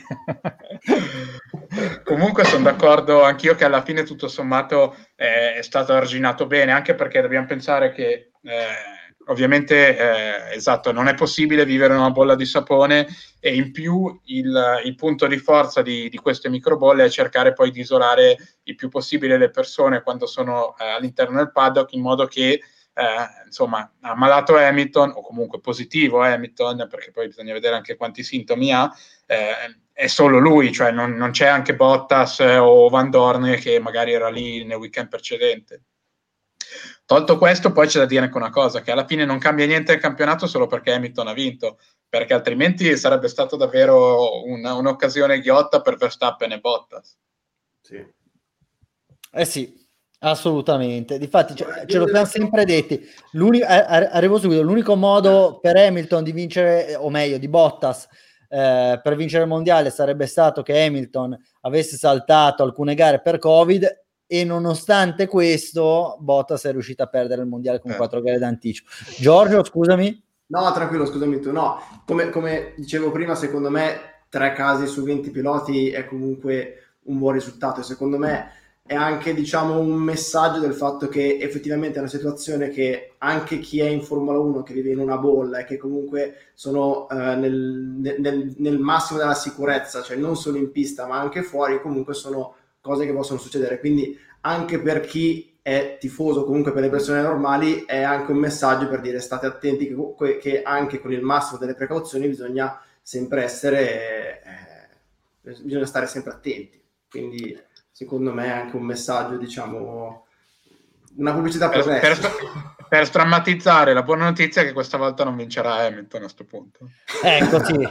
Comunque sono d'accordo anch'io che alla fine tutto sommato è stato arginato bene, anche perché dobbiamo pensare che ovviamente esatto, non è possibile vivere in una bolla di sapone, e in più il punto di forza di queste microbolle è cercare poi di isolare il più possibile le persone quando sono all'interno del paddock, in modo che insomma, ammalato Hamilton, o comunque positivo Hamilton, perché poi bisogna vedere anche quanti sintomi ha, è solo lui, cioè non c'è anche Bottas o Van Dorn che magari era lì nel weekend precedente. Tolto questo, poi c'è da dire anche una cosa, che alla fine non cambia niente il campionato solo perché Hamilton ha vinto, perché altrimenti sarebbe stato davvero un'occasione ghiotta per Verstappen e Bottas.
Sì, assolutamente. Difatti ce lo siamo sempre detti. Arrivo subito. L'unico modo per Hamilton di vincere, o meglio di Bottas, per vincere il mondiale sarebbe stato che Hamilton avesse saltato alcune gare per Covid, e nonostante questo Bottas è riuscito a perdere il mondiale con 4 gare d'anticipo. Giorgio, scusami.
No, tranquillo, scusami tu. No, come dicevo prima, secondo me 3 casi su 20 piloti è comunque un buon risultato, e secondo me è anche, diciamo, un messaggio del fatto che effettivamente è una situazione che anche chi è in Formula 1, che vive in una bolla e che comunque sono nel massimo della sicurezza, cioè non solo in pista ma anche fuori, comunque sono cose che possono succedere. Quindi anche per chi è tifoso, comunque per le persone normali è anche un messaggio per dire state attenti che anche con il massimo delle precauzioni bisogna sempre bisogna stare sempre attenti. Quindi secondo me è anche un messaggio, diciamo, una pubblicità progressa.
Per strammatizzare, la buona notizia è che questa volta non vincerà Hamilton a sto punto.
Ecco, sì.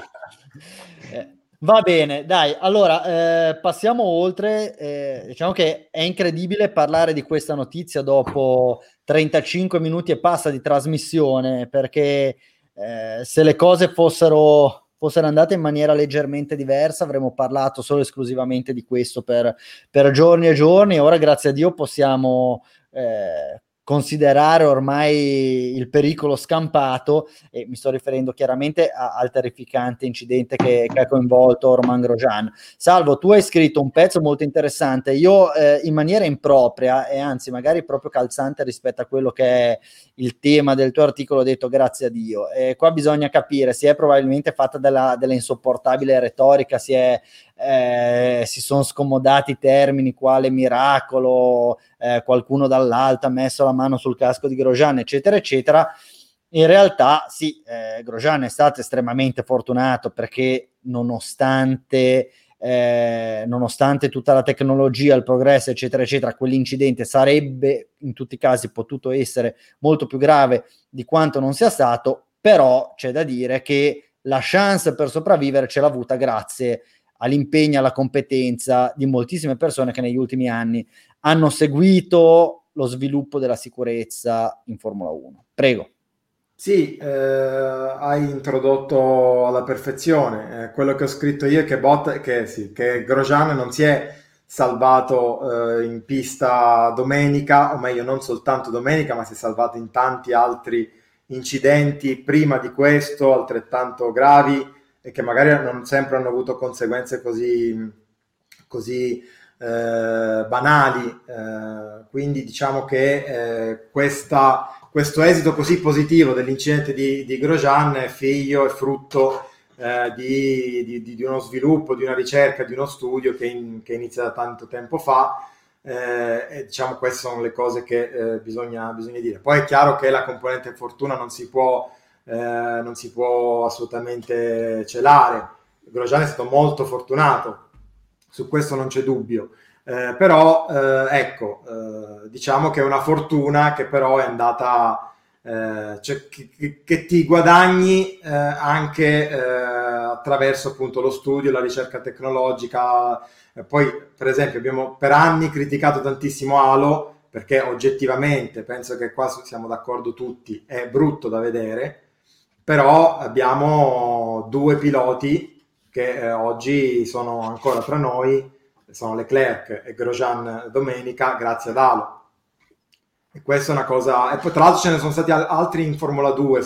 Va bene, dai, allora passiamo oltre. Diciamo che è incredibile parlare di questa notizia dopo 35 minuti e passa di trasmissione, perché se le cose fossero andate in maniera leggermente diversa avremmo parlato solo esclusivamente di questo per giorni e giorni. Ora, grazie a Dio, possiamo considerare ormai il pericolo scampato, e mi sto riferendo chiaramente al terrificante incidente che ha coinvolto Romain Grosjean. Salvo, tu hai scritto un pezzo molto interessante. Io in maniera impropria, e anzi magari proprio calzante rispetto a quello che è il tema del tuo articolo, ho detto grazie a Dio. Qua bisogna capire, si è probabilmente fatta della insopportabile retorica, si sono scomodati termini quale miracolo, qualcuno dall'alto ha messo la mano sul casco di Grosjean, eccetera eccetera. In realtà sì, Grosjean è stato estremamente fortunato, perché nonostante tutta la tecnologia, il progresso, eccetera eccetera, quell'incidente sarebbe in tutti i casi potuto essere molto più grave di quanto non sia stato. Però c'è da dire che la chance per sopravvivere ce l'ha avuta grazie all'impegno, alla competenza di moltissime persone che negli ultimi anni hanno seguito lo sviluppo della sicurezza in Formula 1. Prego.
Sì, hai introdotto alla perfezione quello che ho scritto io, che Grosjean non si è salvato in pista domenica, o meglio non soltanto domenica, ma si è salvato in tanti altri incidenti prima di questo, altrettanto gravi, e che magari non sempre hanno avuto conseguenze così banali. Quindi diciamo che questo esito così positivo dell'incidente di Grosjean è figlio e frutto di uno sviluppo, di una ricerca, di uno studio che inizia da tanto tempo fa. E diciamo queste sono le cose che bisogna dire. Poi è chiaro che la componente fortuna non si può assolutamente celare. Grosjean è stato molto fortunato, su questo non c'è dubbio, però diciamo che è una fortuna che però è andata, cioè, che ti guadagni anche attraverso appunto lo studio, la ricerca tecnologica. Poi per esempio abbiamo per anni criticato tantissimo Halo, perché oggettivamente penso che qua siamo d'accordo tutti, è brutto da vedere, però abbiamo due piloti che oggi sono ancora tra noi, sono Leclerc e Grosjean domenica, grazie ad Halo. E questa è una cosa. E poi tra l'altro ce ne sono stati altri in Formula 2,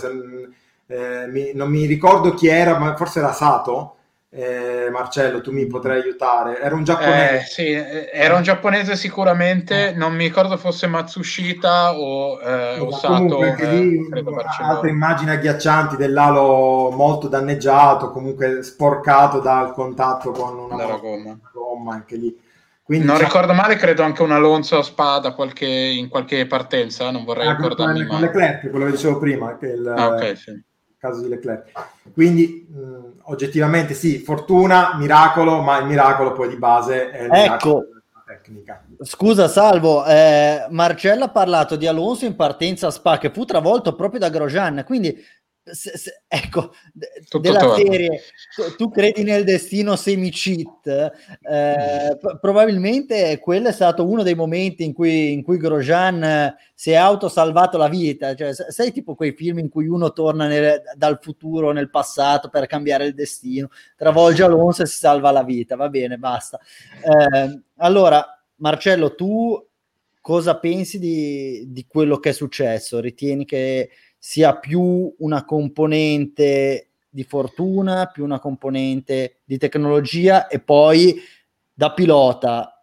non mi ricordo chi era, ma forse era Sato. Marcello, tu mi potrai aiutare. Era un giapponese.
Sì, era un giapponese sicuramente, non mi ricordo fosse Matsushita o Sato,
credo altre immagini agghiaccianti dell'alo molto danneggiato, comunque sporcato dal contatto con una gomma anche lì. Quindi,
non ricordo male, credo anche un Alonso a spada in qualche partenza, non vorrei ricordarmi male.
Con Leclerc, quello che dicevo prima, che
sì.
Caso di Leclerc. Quindi oggettivamente sì, fortuna, miracolo, ma il miracolo poi di base è il miracolo della tecnica.
Scusa Salvo, Marcello ha parlato di Alonso in partenza a Spa, che fu travolto proprio da Grosjean, quindi ecco, della serie tu credi nel destino semi-cheat, probabilmente quello è stato uno dei momenti in cui Grosjean si è autosalvato la vita, cioè sai, tipo quei film in cui uno torna dal futuro nel passato per cambiare il destino, travolge Alonso e si salva la vita. Va bene, basta. Allora Marcello, tu cosa pensi di quello che è successo? Ritieni che sia più una componente di fortuna, più una componente di tecnologia? E poi da pilota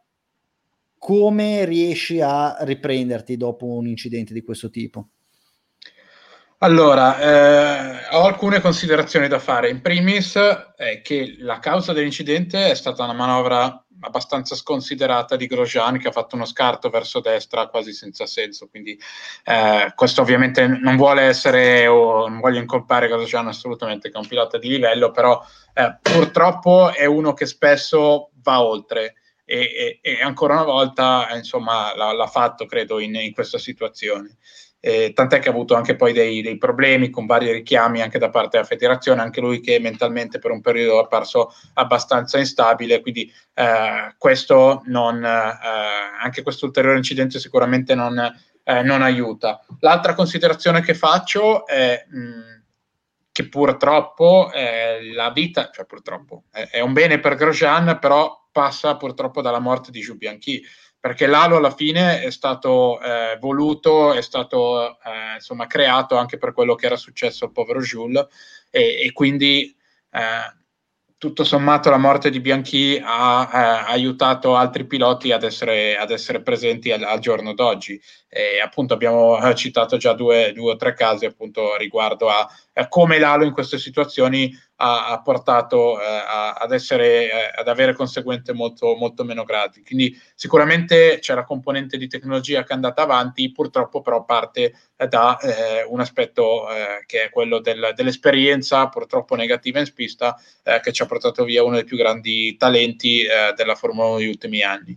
come riesci a riprenderti dopo un incidente di questo tipo?
Allora, ho alcune considerazioni da fare. In primis è che la causa dell'incidente è stata una manovra abbastanza sconsiderata di Grosjean, che ha fatto uno scarto verso destra quasi senza senso, quindi questo ovviamente non vuole essere, o non voglio incolpare Grosjean assolutamente, che è un pilota di livello, però purtroppo è uno che spesso va oltre e ancora una volta insomma l'ha fatto, credo, in questa situazione. Tant'è che ha avuto anche poi dei problemi con vari richiami anche da parte della federazione, anche lui che mentalmente per un periodo è apparso abbastanza instabile, quindi questo non, anche questo ulteriore incidente sicuramente non aiuta. L'altra considerazione che faccio è che purtroppo la vita, cioè purtroppo, è un bene per Grosjean, però passa purtroppo dalla morte di Jules Bianchi, perché l'Halo alla fine è stato voluto, è stato insomma creato anche per quello che era successo al povero Jules, e quindi tutto sommato la morte di Bianchi ha aiutato altri piloti ad essere presenti al giorno d'oggi. E appunto abbiamo citato già due o tre casi appunto riguardo a come l'Halo in queste situazioni ha portato ad avere conseguenze molto, molto meno gravi. Quindi sicuramente c'è la componente di tecnologia che è andata avanti, purtroppo però parte da un aspetto che è quello dell'esperienza purtroppo negativa in pista, che ci ha portato via uno dei più grandi talenti della Formula 1 negli ultimi anni.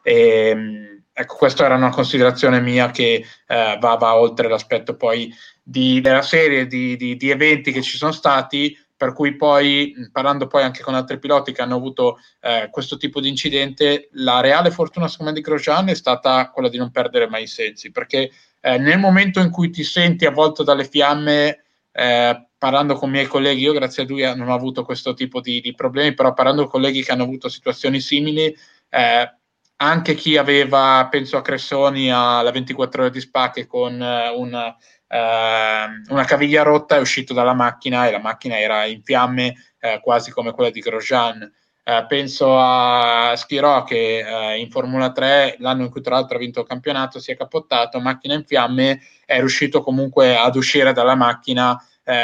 Ecco, questa era una considerazione mia che va oltre l'aspetto poi della serie di eventi che ci sono stati, per cui poi, parlando poi anche con altri piloti che hanno avuto questo tipo di incidente, la reale fortuna secondo me di Grosjean è stata quella di non perdere mai i sensi, perché nel momento in cui ti senti avvolto dalle fiamme, parlando con i miei colleghi, io grazie a lui non ho avuto questo tipo di problemi, però parlando con colleghi che hanno avuto situazioni simili, anche chi aveva, penso a Cressoni, alla 24 ore di Spa, che con una caviglia rotta è uscito dalla macchina e la macchina era in fiamme, quasi come quella di Grosjean. Penso a Schirò che in Formula 3, l'anno in cui tra l'altro ha vinto il campionato, si è cappottato, macchina in fiamme, è riuscito comunque ad uscire dalla macchina,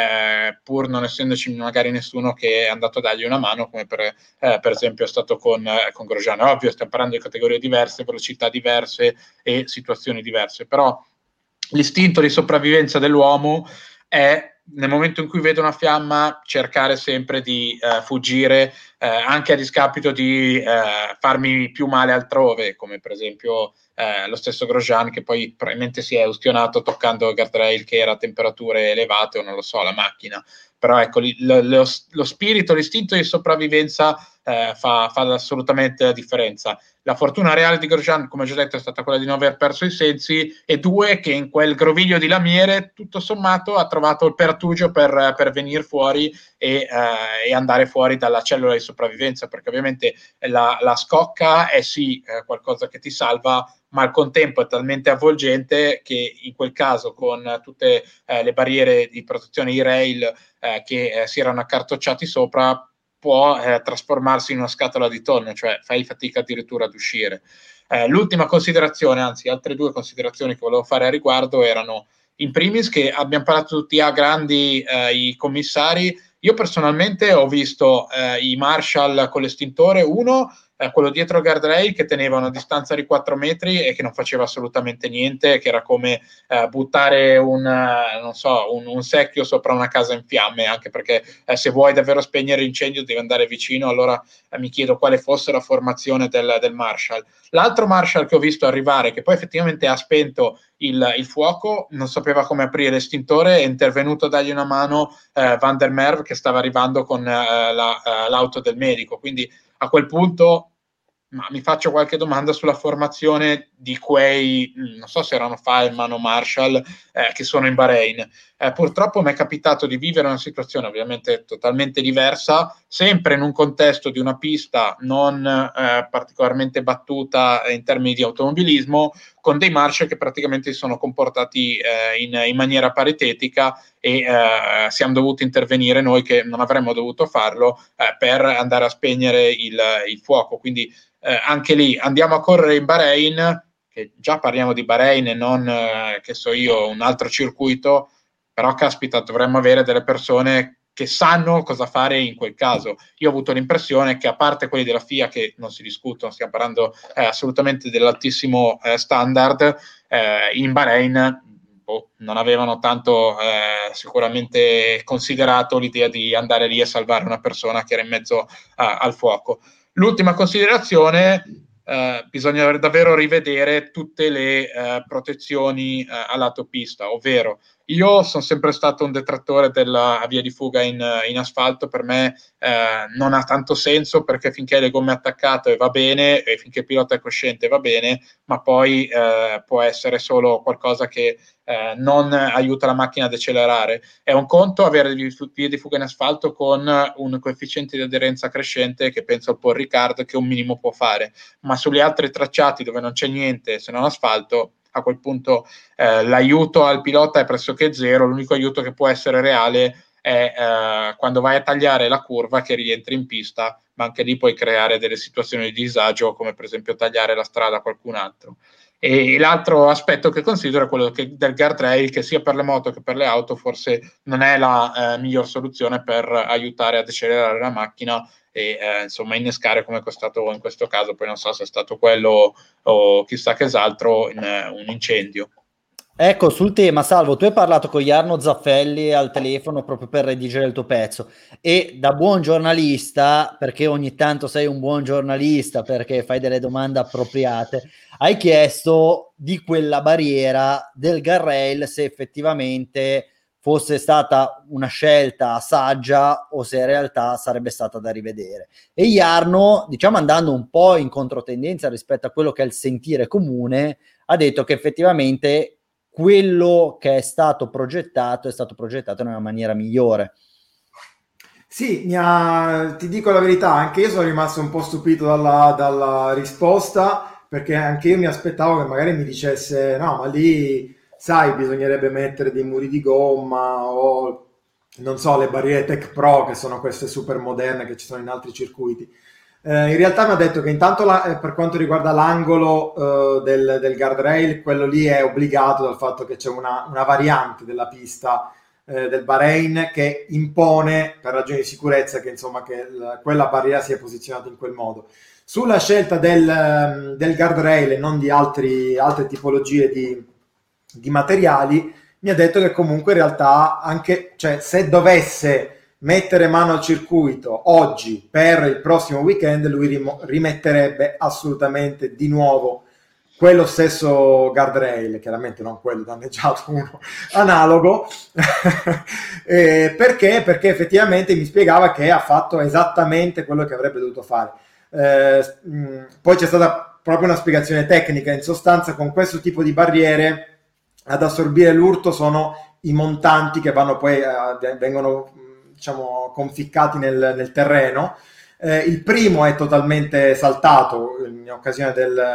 pur non essendoci magari nessuno che è andato a dargli una mano, come per esempio è stato con Grosjean. È ovvio, stiamo parlando di categorie diverse, velocità diverse e situazioni diverse, però l'istinto di sopravvivenza dell'uomo è, nel momento in cui vedo una fiamma, cercare sempre di fuggire, anche a discapito di farmi più male altrove, come per esempio lo stesso Grosjean, che poi probabilmente si è ustionato toccando il guardrail che era a temperature elevate, o non lo so, la macchina. Però ecco, lo spirito, l'istinto di sopravvivenza fa assolutamente la differenza. La fortuna reale di Grosjean, come ho già detto, è stata quella di non aver perso i sensi, e due, che in quel groviglio di lamiere, tutto sommato, ha trovato il pertugio per venire fuori e andare fuori dalla cellula di sopravvivenza, perché ovviamente la scocca è sì qualcosa che ti salva, ma al contempo è talmente avvolgente che in quel caso, con tutte le barriere di protezione, i rail che si erano accartocciati sopra, può trasformarsi in una scatola di tonno, cioè fai fatica addirittura ad uscire. L'ultima considerazione, anzi altre due considerazioni che volevo fare a riguardo, erano in primis che abbiamo parlato tutti a grandi i commissari. Io personalmente ho visto i Marshall con l'estintore, uno quello dietro guardrail che teneva una distanza di 4 metri e che non faceva assolutamente niente, che era come buttare non so, un secchio sopra una casa in fiamme, anche perché se vuoi davvero spegnere l'incendio devi andare vicino. Allora mi chiedo quale fosse la formazione del Marshall. L'altro Marshall che ho visto arrivare, che poi effettivamente ha spento il fuoco, non sapeva come aprire l'estintore, è intervenuto a dargli una mano Van der Merwe, che stava arrivando con l'auto del medico. Quindi a quel punto mi faccio qualche domanda sulla formazione di quei, non so se erano Feynman o Marshall, che sono in Bahrain. Purtroppo mi è capitato di vivere una situazione ovviamente totalmente diversa, sempre in un contesto di una pista non particolarmente battuta in termini di automobilismo, con dei Marshall che praticamente si sono comportati in maniera paritetica, e siamo dovuti intervenire noi, che non avremmo dovuto farlo, per andare a spegnere il fuoco. Quindi anche lì andiamo a correre in Bahrain, che già parliamo di Bahrain e non, che so io, un altro circuito. però caspita, dovremmo avere delle persone che sanno cosa fare in quel caso. Io ho avuto l'impressione che, a parte quelli della FIA che non si discutono, stiamo parlando assolutamente dell'altissimo standard, in Bahrain non avevano tanto sicuramente considerato l'idea di andare lì a salvare una persona che era in mezzo al fuoco. L'ultima considerazione: bisogna davvero rivedere tutte le protezioni a lato pista, ovvero io sono sempre stato un detrattore della via di fuga in asfalto. Per me non ha tanto senso, perché finché le gomme attaccate va bene e finché il pilota è cosciente va bene, ma poi può essere solo qualcosa che non aiuta la macchina ad accelerare. È un conto avere vie di fuga in asfalto con un coefficiente di aderenza crescente, che penso al Paul Ricard che un minimo può fare, ma sugli altri tracciati dove non c'è niente se non asfalto, a quel punto l'aiuto al pilota è pressoché zero. L'unico aiuto che può essere reale è quando vai a tagliare la curva che rientri in pista, ma anche lì puoi creare delle situazioni di disagio, come per esempio tagliare la strada a qualcun altro. E l'altro aspetto che considero è quello del guardrail, che sia per le moto che per le auto forse non è la miglior soluzione per aiutare ad accelerare la macchina e insomma innescare, come è stato in questo caso, poi non so se è stato quello o chissà che altro, un incendio.
Ecco, sul tema, Salvo, tu hai parlato con Jarno Zaffelli al telefono proprio per redigere il tuo pezzo, e da buon giornalista, perché ogni tanto sei un buon giornalista perché fai delle domande appropriate, hai chiesto di quella barriera del guardrail se effettivamente fosse stata una scelta saggia o se in realtà sarebbe stata da rivedere. E Jarno, diciamo andando un po' in controtendenza rispetto a quello che è il sentire comune, ha detto che effettivamente quello che è stato progettato in una maniera migliore.
Sì, ti dico la verità, anche io sono rimasto un po' stupito dalla risposta, perché anche io mi aspettavo che magari mi dicesse no, ma lì, sai, bisognerebbe mettere dei muri di gomma o, non so, le barriere Tech Pro, che sono queste super moderne che ci sono in altri circuiti. In realtà mi ha detto che intanto per quanto riguarda l'angolo del guardrail, quello lì è obbligato dal fatto che c'è una variante della pista del Bahrain che impone, per ragioni di sicurezza, che insomma che quella barriera sia posizionata in quel modo. Sulla scelta del guardrail e non di altre tipologie di materiali, mi ha detto che comunque in realtà anche, cioè, se dovesse mettere mano al circuito oggi per il prossimo weekend, lui rimetterebbe assolutamente di nuovo quello stesso guardrail, chiaramente non quello danneggiato, uno analogo, perché effettivamente mi spiegava che ha fatto esattamente quello che avrebbe dovuto fare. Poi c'è stata proprio una spiegazione tecnica. In sostanza, con questo tipo di barriere ad assorbire l'urto sono i montanti che vanno poi vengono, diciamo, conficcati nel terreno. Il primo è totalmente saltato in occasione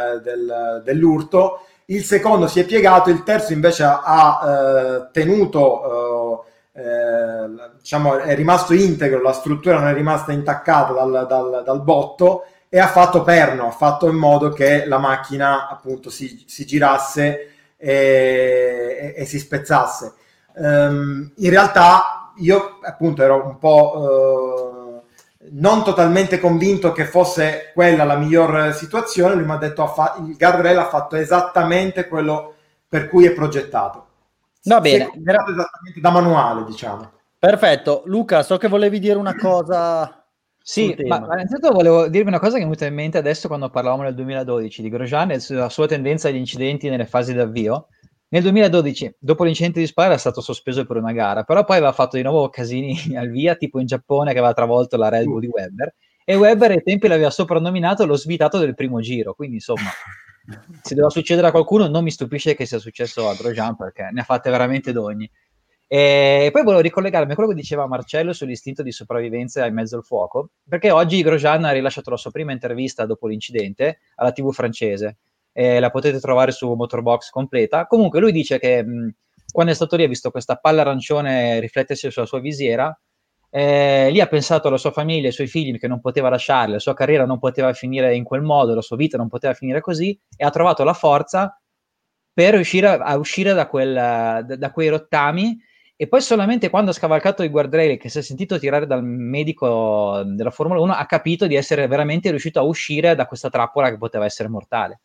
dell'urto, il secondo si è piegato, il terzo invece ha tenuto, diciamo, è rimasto integro, la struttura non è rimasta intaccata dal botto, e ha fatto perno, ha fatto in modo che la macchina appunto si girasse e si spezzasse. In realtà io appunto ero un po' non totalmente convinto che fosse quella la miglior situazione. Lui mi ha detto il guardrail ha fatto esattamente quello per cui è progettato.
Va bene,
esattamente da manuale, diciamo.
Perfetto. Luca, so che volevi dire una cosa.
Sì, ma innanzitutto volevo dirvi una cosa che mi è venuta in mente adesso quando parlavamo nel 2012 di Grosjean e la sua tendenza agli incidenti nelle fasi d'avvio. Nel 2012, dopo l'incidente di Spa, era stato sospeso per una gara, però poi aveva fatto di nuovo casini al via, tipo in Giappone, che aveva travolto la Red Bull di Webber, e Webber ai tempi l'aveva soprannominato lo svitato del primo giro, quindi insomma, se doveva succedere a qualcuno non mi stupisce che sia successo a Grosjean, perché ne ha fatte veramente d'ogni. E poi volevo ricollegarmi a quello che diceva Marcello sull'istinto di sopravvivenza in mezzo al fuoco, perché oggi Grosjean ha rilasciato la sua prima intervista dopo l'incidente alla TV francese. La potete trovare su Motorbox completa. Comunque lui dice che quando è stato lì ha visto questa palla arancione riflettersi sulla sua visiera, lì ha pensato alla sua famiglia, ai suoi figli, che non poteva lasciarli, la sua carriera non poteva finire in quel modo, la sua vita non poteva finire così, e ha trovato la forza per riuscire a uscire da quei rottami e poi solamente quando ha scavalcato i guardrail, che si è sentito tirare dal medico della Formula 1, ha capito di essere veramente riuscito a uscire da questa trappola che poteva essere mortale.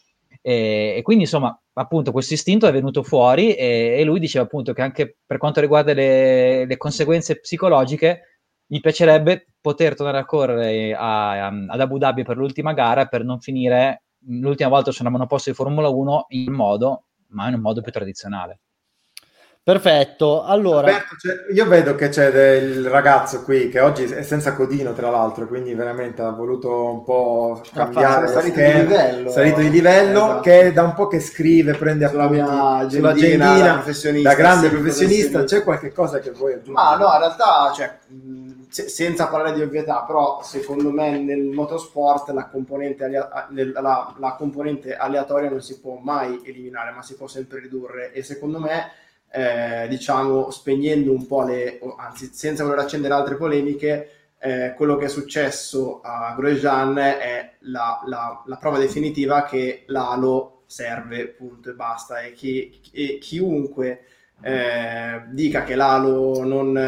E quindi insomma, appunto, questo istinto è venuto fuori, e lui diceva appunto che anche per quanto riguarda le conseguenze psicologiche, gli piacerebbe poter tornare a correre ad Abu Dhabi per l'ultima gara, per non finire l'ultima volta su una monoposto di Formula 1 in un modo più tradizionale.
Perfetto, allora
Alberto, io vedo che c'è il ragazzo qui che oggi è senza codino, tra l'altro, quindi veramente ha voluto un po' cambiare lo schermo, salito di livello, esatto. Che da un po' che scrive, prende
sulla
appunti
sulla agendina
da grande professionista. C'è qualche cosa che vuoi aggiungere?
Ma no, in realtà, cioè, senza parlare di ovvietà, però secondo me nel motorsport la componente aleatoria non si può mai eliminare, ma si può sempre ridurre, e secondo me diciamo, spegnendo un po' anzi senza voler accendere altre polemiche, quello che è successo a Grosjean è la prova definitiva che l'halo serve, punto e basta, e chiunque dica che l'halo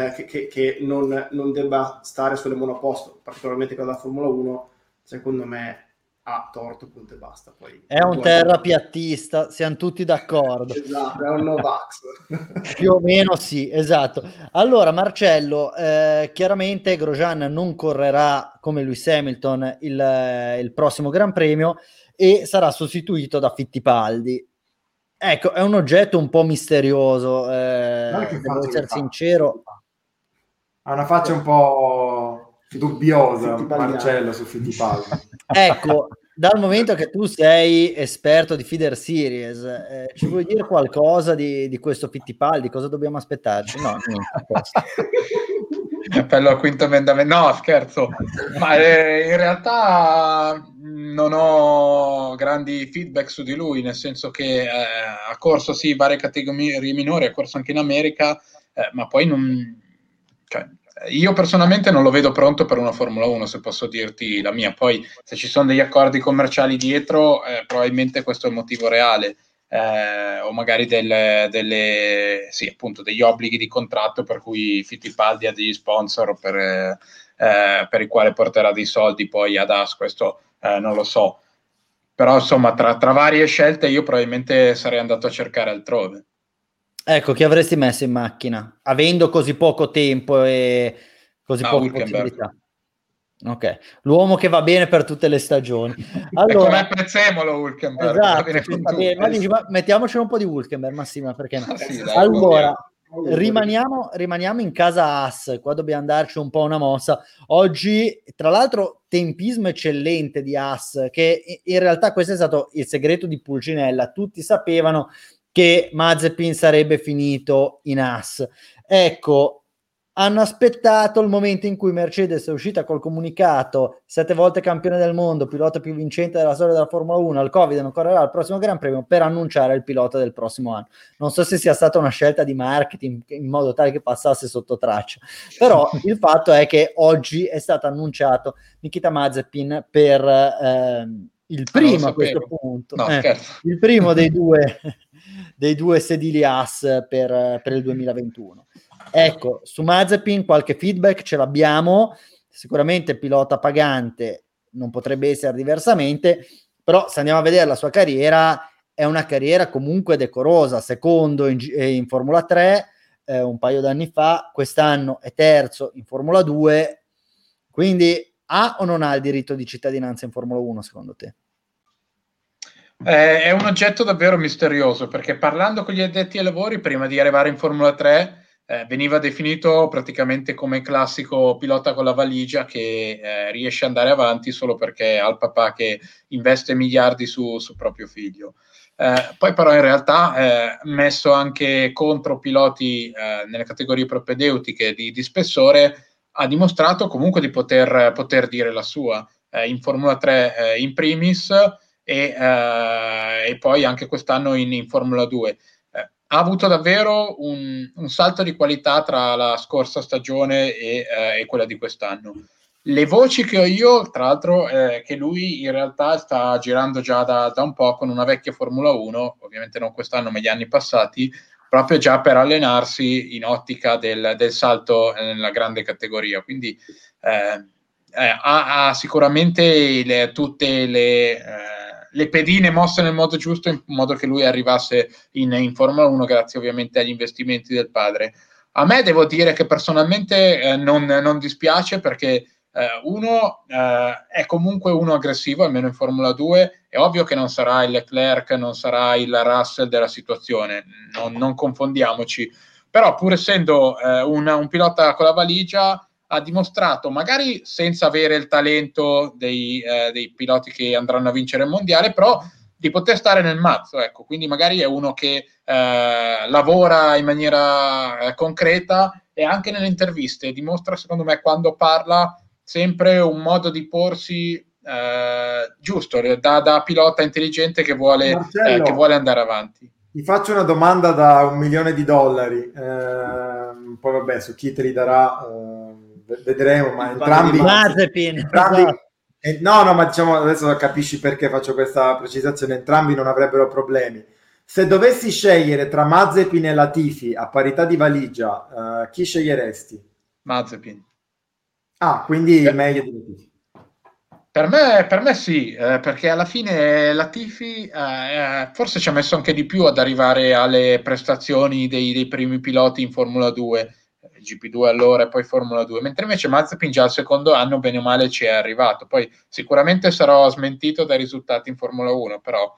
non debba stare sulle monoposto, particolarmente con la Formula 1, secondo me ha torto, punto e basta. Poi
è un terrapiattista, siamo tutti d'accordo.
Esatto, è un Novax.
Più o meno sì, esatto. Allora Marcello, chiaramente Grosjean non correrà come Lewis Hamilton il prossimo Gran Premio e sarà sostituito da Fittipaldi. Ecco, è un oggetto un po' misterioso, devo essere sincero.
Ha una faccia un po' dubbiosa Marcello su Fittipaldi.
Ecco, dal momento che tu sei esperto di feeder series, ci vuoi dire qualcosa di questo Fittipaldi? Cosa dobbiamo aspettarci? No, niente.
Appello al quinto emendamento. No, scherzo. Ma in realtà non ho grandi feedback su di lui, nel senso che ha corso sì varie categorie minori, ha corso anche in America, ma poi non... Cioè, io personalmente non lo vedo pronto per una Formula 1, se posso dirti la mia. Poi se ci sono degli accordi commerciali dietro, probabilmente questo è il motivo reale, o magari sì, appunto, degli obblighi di contratto per cui Fittipaldi ha degli sponsor per i quali porterà dei soldi poi ad AS, questo non lo so. Però insomma tra varie scelte io probabilmente sarei andato a cercare altrove.
Ecco, chi avresti messo in macchina, avendo così poco tempo e così poche possibilità? Ok, l'uomo che va bene per tutte le stagioni. Allora,
è come Prezzemolo Hülkenberg.
Esatto, ma mettiamocelo un po' di Hülkenberg, Massima, perché no? Sì, dai, allora, rimaniamo in casa AS, qua dobbiamo darci un po' una mossa. Oggi, tra l'altro, tempismo eccellente di AS, che in realtà questo è stato il segreto di Pulcinella, tutti sapevano che Mazepin sarebbe finito in AS. Ecco, hanno aspettato il momento in cui Mercedes è uscita col comunicato 7 volte campione del mondo, pilota più vincente della storia della Formula 1, al Covid non correrà al prossimo Gran Premio, per annunciare il pilota del prossimo anno. Non so se sia stata una scelta di marketing in modo tale che passasse sotto traccia, però il fatto è che oggi è stato annunciato Nikita Mazepin per il primo a questo punto, il primo dei due sedili AS per il 2021. Ecco, su Mazepin qualche feedback ce l'abbiamo, sicuramente pilota pagante, non potrebbe essere diversamente, però se andiamo a vedere la sua carriera, è una carriera comunque decorosa, secondo in Formula 3 un paio d'anni fa, quest'anno è terzo in Formula 2, quindi ha o non ha il diritto di cittadinanza in Formula 1 secondo te?
È un oggetto davvero misterioso, perché parlando con gli addetti ai lavori prima di arrivare in Formula 3 veniva definito praticamente come classico pilota con la valigia che riesce ad andare avanti solo perché ha il papà che investe miliardi su proprio figlio. Poi però in realtà messo anche contro piloti nelle categorie propedeutiche di spessore, ha dimostrato comunque di poter dire la sua in Formula 3 in primis, e poi anche quest'anno in Formula 2. Ha avuto davvero un salto di qualità tra la scorsa stagione e quella di quest'anno. Le voci che ho io, tra l'altro, che lui in realtà sta girando già da un po' con una vecchia Formula 1, ovviamente non quest'anno ma gli anni passati, proprio già per allenarsi in ottica del salto nella grande categoria. Quindi ha sicuramente tutte le pedine mosse nel modo giusto, in modo che lui arrivasse in Formula 1 grazie ovviamente agli investimenti del padre. A me devo dire che personalmente non dispiace, perché uno è comunque uno aggressivo, almeno in Formula 2. È ovvio che non sarà il Leclerc, non sarà il Russell della situazione, non confondiamoci, però pur essendo un pilota con la valigia, ha dimostrato, magari senza avere il talento dei piloti che andranno a vincere il mondiale, però di poter stare nel mazzo, ecco. Quindi magari è uno che lavora in maniera concreta, e anche nelle interviste dimostra, secondo me, quando parla, sempre un modo di porsi giusto, da pilota intelligente che vuole andare avanti.
Ti faccio una domanda da $1 milione, poi vabbè, su chi te li darà vedremo, ma entrambi no, ma diciamo, adesso capisci perché faccio questa precisazione, entrambi non avrebbero problemi. Se dovessi scegliere tra Mazepin e Latifi a parità di valigia, chi sceglieresti?
Mazepin.
Quindi meglio di Latifi.
Per me sì, perché alla fine Latifi forse ci ha messo anche di più ad arrivare alle prestazioni dei primi piloti in Formula 2, GP2 allora e poi Formula 2, mentre invece Mazepin già al secondo anno bene o male ci è arrivato. Poi sicuramente sarò smentito dai risultati in Formula 1, però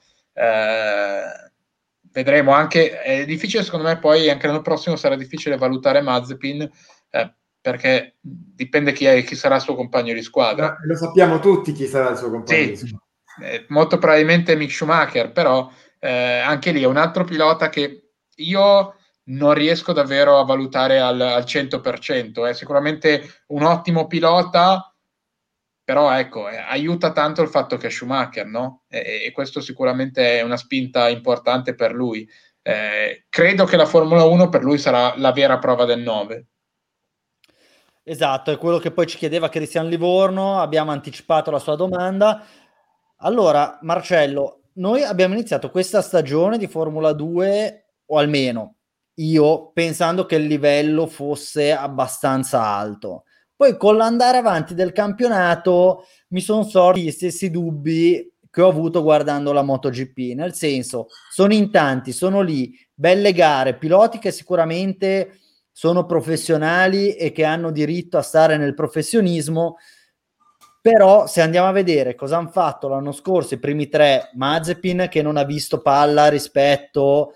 vedremo. Anche è difficile, secondo me, poi anche l'anno prossimo sarà difficile valutare Mazepin, perché dipende chi sarà il suo compagno di squadra.
Lo sappiamo tutti chi sarà il suo compagno di squadra.
Molto probabilmente Mick Schumacher, però anche lì è un altro pilota che io non riesco davvero a valutare al 100%. È sicuramente un ottimo pilota, però ecco, aiuta tanto il fatto che è Schumacher, no? E questo sicuramente è una spinta importante per lui. Credo che la Formula 1 per lui sarà la vera prova del 9.
Esatto, è quello che poi ci chiedeva Cristian Livorno, abbiamo anticipato la sua domanda. Allora, Marcello, noi abbiamo iniziato questa stagione di Formula 2, o almeno io, pensando che il livello fosse abbastanza alto. Poi con l'andare avanti del campionato mi sono sorti gli stessi dubbi che ho avuto guardando la MotoGP, nel senso, sono in tanti, sono lì, belle gare, piloti che sicuramente sono professionali e che hanno diritto a stare nel professionismo, però se andiamo a vedere cosa hanno fatto l'anno scorso i primi tre, Mazepin che non ha visto palla rispetto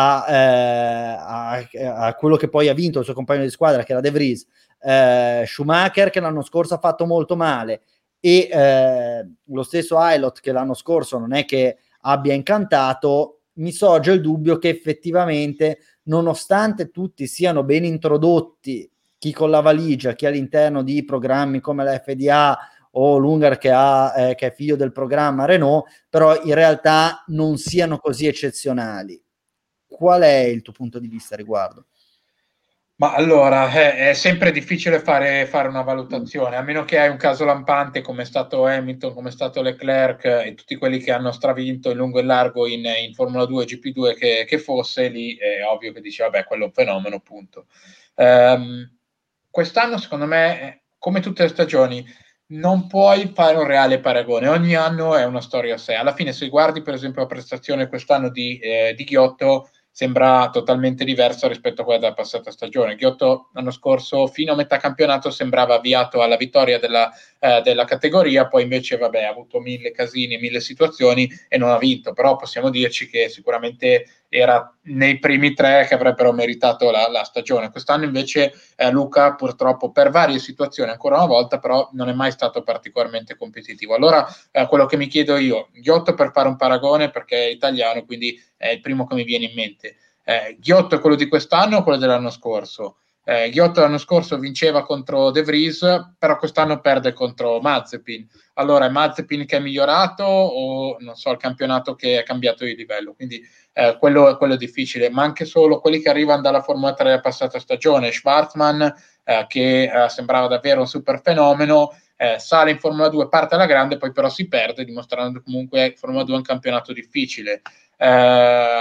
a quello che poi ha vinto il suo compagno di squadra, che era De Vries, Schumacher che l'anno scorso ha fatto molto male, e lo stesso Ailot che l'anno scorso non è che abbia incantato, mi sorge il dubbio che effettivamente, nonostante tutti siano ben introdotti, chi con la valigia, chi all'interno di programmi come la FDA o l'Ungar che è figlio del programma Renault, però in realtà non siano così eccezionali. Qual è il tuo punto di vista a riguardo?
Ma allora, è sempre difficile fare una valutazione, a meno che hai un caso lampante come è stato Hamilton, come è stato Leclerc e tutti quelli che hanno stravinto in lungo e largo in Formula 2 GP2 che fosse, lì è ovvio che dici, vabbè, quello è un fenomeno, punto. Quest'anno, secondo me, come tutte le stagioni, non puoi fare un reale paragone, ogni anno è una storia a sé. Alla fine, se guardi per esempio la prestazione quest'anno di Ghiotto, sembra totalmente diversa rispetto a quella della passata stagione. Ghiotto l'anno scorso fino a metà campionato sembrava avviato alla vittoria della categoria, poi invece vabbè, ha avuto 1000 casini, 1000 situazioni e non ha vinto, però possiamo dirci che sicuramente era nei primi tre che avrebbero meritato la stagione. Quest'anno invece Luca purtroppo per varie situazioni ancora una volta però non è mai stato particolarmente competitivo. Allora quello che mi chiedo io, Ghiotto, per fare un paragone, perché è italiano quindi è il primo che mi viene in mente, Ghiotto è quello di quest'anno o quello dell'anno scorso? Ghiotto l'anno scorso vinceva contro De Vries, però quest'anno perde contro Mazepin. Allora è Mazepin che è migliorato o non so, il campionato che è cambiato di livello? Quindi quello è difficile, ma anche solo quelli che arrivano dalla Formula 3 della passata stagione, Schwartzman che sembrava davvero un super fenomeno, sale in Formula 2, parte alla grande, poi però si perde, dimostrando comunque che Formula 2 è un campionato difficile.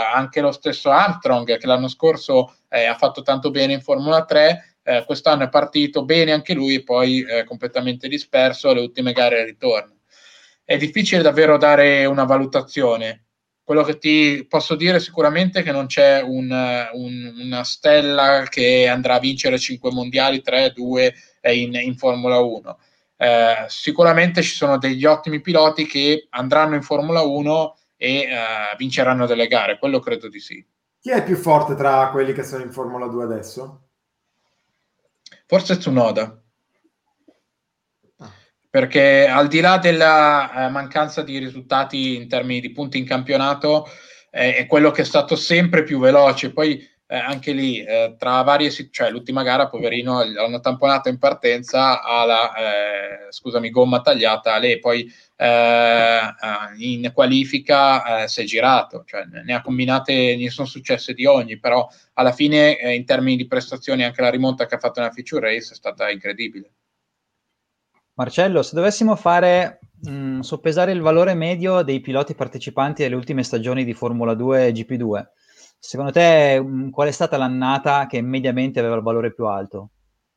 anche lo stesso Armstrong, che l'anno scorso ha fatto tanto bene in Formula 3, quest'anno è partito bene anche lui e poi completamente disperso alle ultime gare ritorno. È difficile davvero dare una valutazione. Quello che ti posso dire sicuramente è che non c'è una stella che andrà a vincere 5 mondiali, 3, 2 in Formula 1. Sicuramente ci sono degli ottimi piloti che andranno in Formula 1 e vinceranno delle gare, quello credo di sì.
Chi è più forte tra quelli che sono in Formula 2 adesso?
Forse Tsunoda, perché al di là della mancanza di risultati in termini di punti in campionato, è quello che è stato sempre più veloce. Poi anche lì, tra varie, cioè l'ultima gara, poverino, l'hanno tamponato in partenza alla gomma tagliata, lei poi in qualifica si è girato, cioè ne ha combinate, ne sono successe di ogni, però alla fine in termini di prestazioni anche la rimonta che ha fatto nella feature race è stata incredibile.
Marcello, se dovessimo fare soppesare il valore medio dei piloti partecipanti alle ultime stagioni di Formula 2 e GP2, secondo te qual è stata l'annata che mediamente aveva il valore più alto?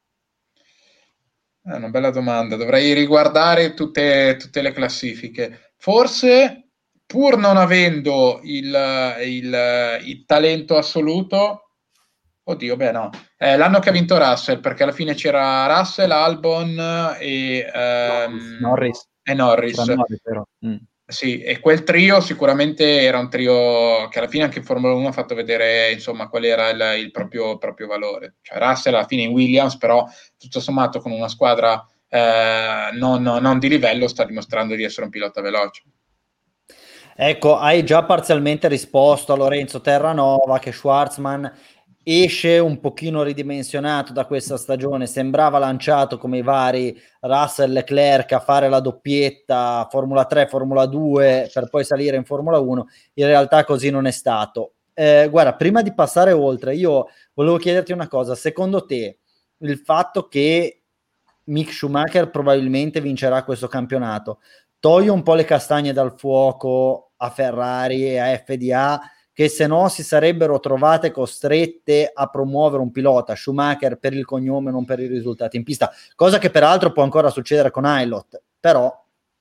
È una bella domanda, dovrei riguardare tutte le classifiche. Forse, pur non avendo il talento assoluto, oddio, beh no, l'anno che ha vinto Russell, perché alla fine c'era Russell, Albon
Norris.
e Norris.
C'era Norris, però.
Sì, e quel trio sicuramente era un trio che alla fine anche in Formula 1 ha fatto vedere insomma qual era il proprio valore. Cioè Russell alla fine in Williams, però tutto sommato con una squadra non di livello sta dimostrando di essere un pilota veloce.
Ecco, hai già parzialmente risposto a Lorenzo Terranova che Schwartzman esce un pochino ridimensionato da questa stagione, sembrava lanciato come i vari Russell e Leclerc a fare la doppietta Formula 3, Formula 2 per poi salire in Formula 1, in realtà così non è stato. Guarda, prima di passare oltre, io volevo chiederti una cosa, secondo te il fatto che Mick Schumacher probabilmente vincerà questo campionato toglie un po' le castagne dal fuoco a Ferrari e a FDA, che se no si sarebbero trovate costrette a promuovere un pilota Schumacher per il cognome, non per i risultati in pista, cosa che peraltro può ancora succedere con Ailot, però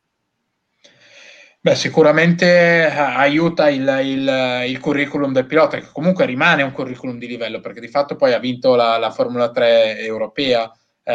Beh, sicuramente aiuta il curriculum del pilota, che comunque rimane un curriculum di livello, perché di fatto poi ha vinto la Formula 3 europea.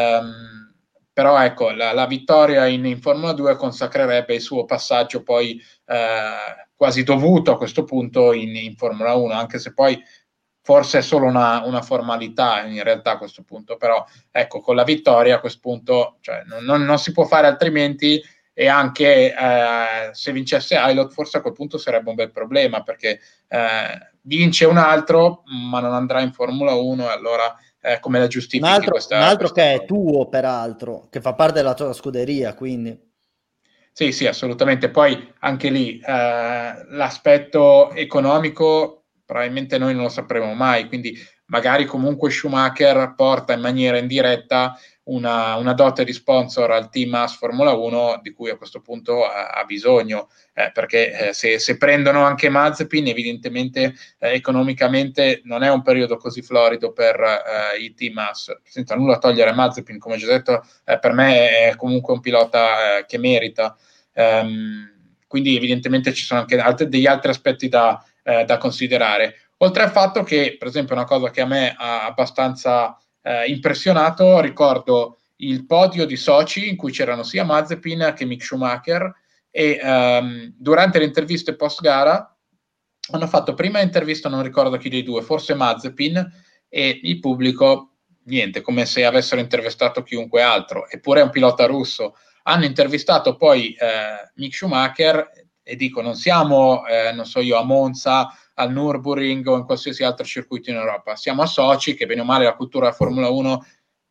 Però ecco, la vittoria in Formula 2 consacrerebbe il suo passaggio poi quasi dovuto a questo punto in Formula 1, anche se poi forse è solo una formalità in realtà a questo punto, però ecco, con la vittoria a questo punto cioè, non si può fare altrimenti, e anche se vincesse Ailot forse a quel punto sarebbe un bel problema, perché vince un altro ma non andrà in Formula 1 e allora come la giustifichi
un altro
questa
che è
cosa?
tuo peraltro, che fa parte della tua scuderia, quindi
Sì, sì, assolutamente. Poi anche lì l'aspetto economico probabilmente noi non lo sapremo mai, quindi magari comunque Schumacher porta in maniera indiretta una dote di sponsor al team AS Formula 1 di cui a questo punto ha bisogno, perché se prendono anche Mazepin evidentemente economicamente non è un periodo così florido per i team AS, senza nulla togliere a Mazepin, come già detto, per me è comunque un pilota che merita. Quindi evidentemente ci sono anche degli altri aspetti da considerare, oltre al fatto che per esempio una cosa che a me ha abbastanza impressionato, ricordo il podio di Sochi in cui c'erano sia Mazepin che Mick Schumacher, e durante le interviste post gara hanno fatto prima intervista, non ricordo chi dei due, forse Mazepin, e il pubblico niente, come se avessero intervistato chiunque altro, eppure è un pilota russo. Hanno intervistato poi Mick Schumacher e dico non siamo, non so io, a Monza, al Nürburgring o in qualsiasi altro circuito in Europa, siamo a Sochi, che bene o male la cultura della Formula 1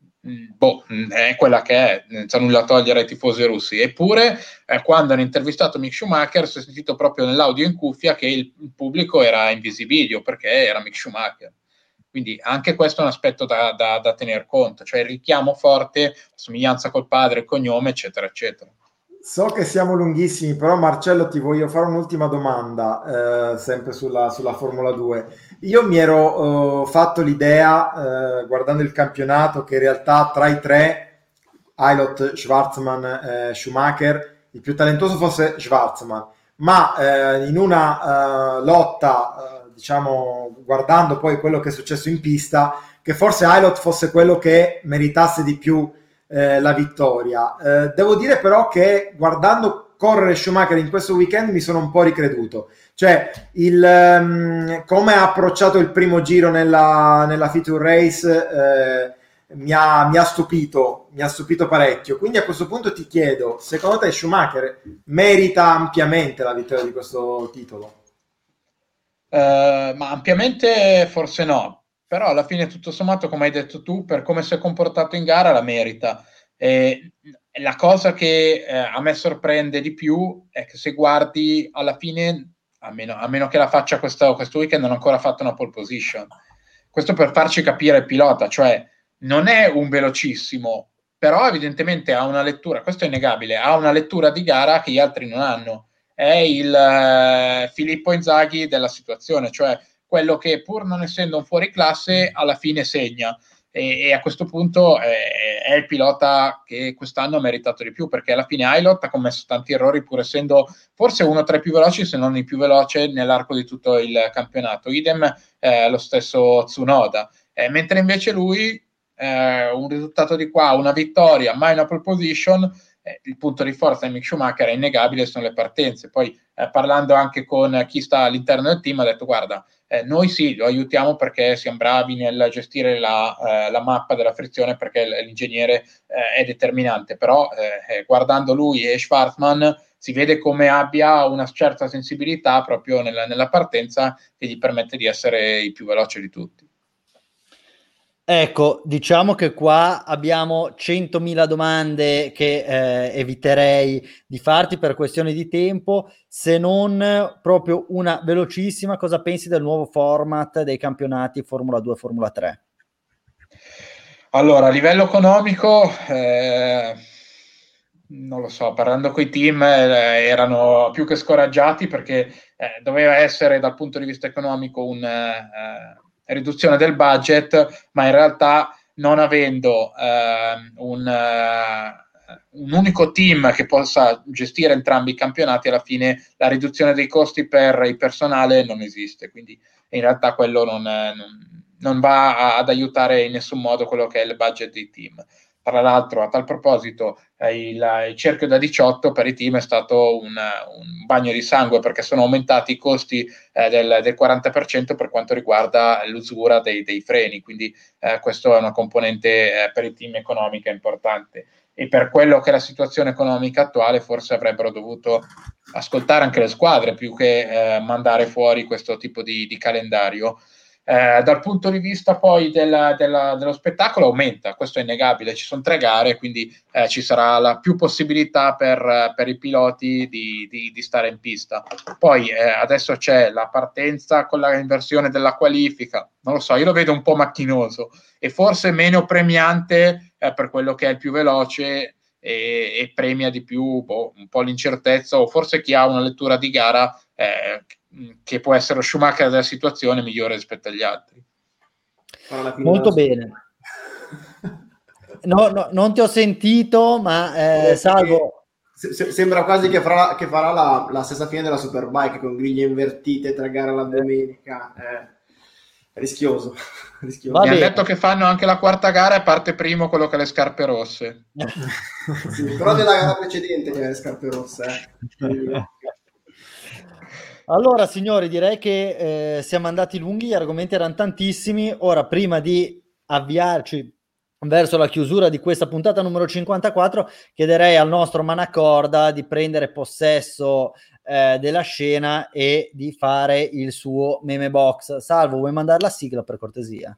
è quella che è, senza nulla togliere ai tifosi russi. Eppure quando hanno intervistato Mick Schumacher si è sentito proprio nell'audio in cuffia che il pubblico era in visibilio perché era Mick Schumacher. Quindi anche questo è un aspetto da tener conto, cioè il richiamo forte, la somiglianza col padre, il cognome, eccetera, eccetera.
So che siamo lunghissimi, però Marcello ti voglio fare un'ultima domanda, sempre sulla Formula 2. Io mi ero fatto l'idea, guardando il campionato, che in realtà tra i tre, Ailot, Schwarzman, Schumacher, il più talentuoso fosse Schwarzman, ma in una lotta, diciamo, guardando poi quello che è successo in pista, che forse Ailot fosse quello che meritasse di più la vittoria. Devo dire però che guardando correre Schumacher in questo weekend mi sono un po' ricreduto, cioè come ha approcciato il primo giro nella feature race mi ha stupito parecchio. Quindi a questo punto ti chiedo, secondo te Schumacher merita ampiamente la vittoria di questo titolo?
Ma ampiamente forse no, però alla fine tutto sommato, come hai detto tu, per come si è comportato in gara la merita. La cosa che a me sorprende di più è che se guardi alla fine, a meno che la faccia questo weekend, non ha ancora fatto una pole position. Questo per farci capire il pilota, cioè non è un velocissimo, però evidentemente ha una lettura, questo è innegabile, ha una lettura di gara che gli altri non hanno. È il Filippo Inzaghi della situazione, cioè quello che pur non essendo un fuoriclasse alla fine segna, e a questo punto è il pilota che quest'anno ha meritato di più, perché alla fine Ailot ha commesso tanti errori pur essendo forse uno tra i più veloci, se non il più veloce nell'arco di tutto il campionato. Idem lo stesso Tsunoda, mentre invece lui un risultato di qua, una vittoria, mai una pole position. Il punto di forza di Mick Schumacher è innegabile, sono le partenze. Poi parlando anche con chi sta all'interno del team ha detto guarda, noi sì, lo aiutiamo perché siamo bravi nel gestire la mappa della frizione, perché l'ingegnere è determinante, però guardando lui e Schwarzman si vede come abbia una certa sensibilità proprio nella partenza che gli permette di essere il più veloce di tutti.
Ecco, diciamo che qua abbiamo 100.000 domande che eviterei di farti per questioni di tempo, se non proprio una velocissima. Cosa pensi del nuovo format dei campionati Formula 2 e Formula 3?
Allora, a livello economico, non lo so, parlando coi team erano più che scoraggiati, perché doveva essere dal punto di vista economico una riduzione del budget, ma in realtà non avendo un unico team che possa gestire entrambi i campionati, alla fine la riduzione dei costi per il personale non esiste, quindi in realtà quello non va ad aiutare in nessun modo quello che è il budget dei team. Tra l'altro, a tal proposito, il cerchio da 18 per i team è stato un bagno di sangue, perché sono aumentati i costi del 40% per quanto riguarda l'usura dei freni, quindi questa è una componente per i team economica importante. E per quello che è la situazione economica attuale, forse avrebbero dovuto ascoltare anche le squadre più che mandare fuori questo tipo di calendario. Dal punto di vista poi dello spettacolo aumenta, questo è innegabile, ci sono 3 gare, quindi ci sarà la più possibilità per i piloti di stare in pista. Poi adesso c'è la partenza con la inversione della qualifica, non lo so, io lo vedo un po' macchinoso e forse meno premiante per quello che è il più veloce e premia di più un po' l'incertezza, o forse chi ha una lettura di gara che può essere lo Schumacher della situazione migliore rispetto agli altri.
Molto bene. No, non ti ho sentito, ma Salvo...
Sembra quasi che farà la stessa fine della Superbike, con griglie invertite, 3 gare la domenica. Rischioso.
Mi hanno detto che fanno anche la 4ª gara e parte primo quello che ha le scarpe rosse.
Sì, però della gara precedente che ha le scarpe rosse.
Allora, signori, direi che siamo andati lunghi, gli argomenti erano tantissimi. Ora, prima di avviarci verso la chiusura di questa puntata numero 54, chiederei al nostro Manacorda di prendere possesso della scena e di fare il suo meme box. Salvo, vuoi mandare la sigla per cortesia?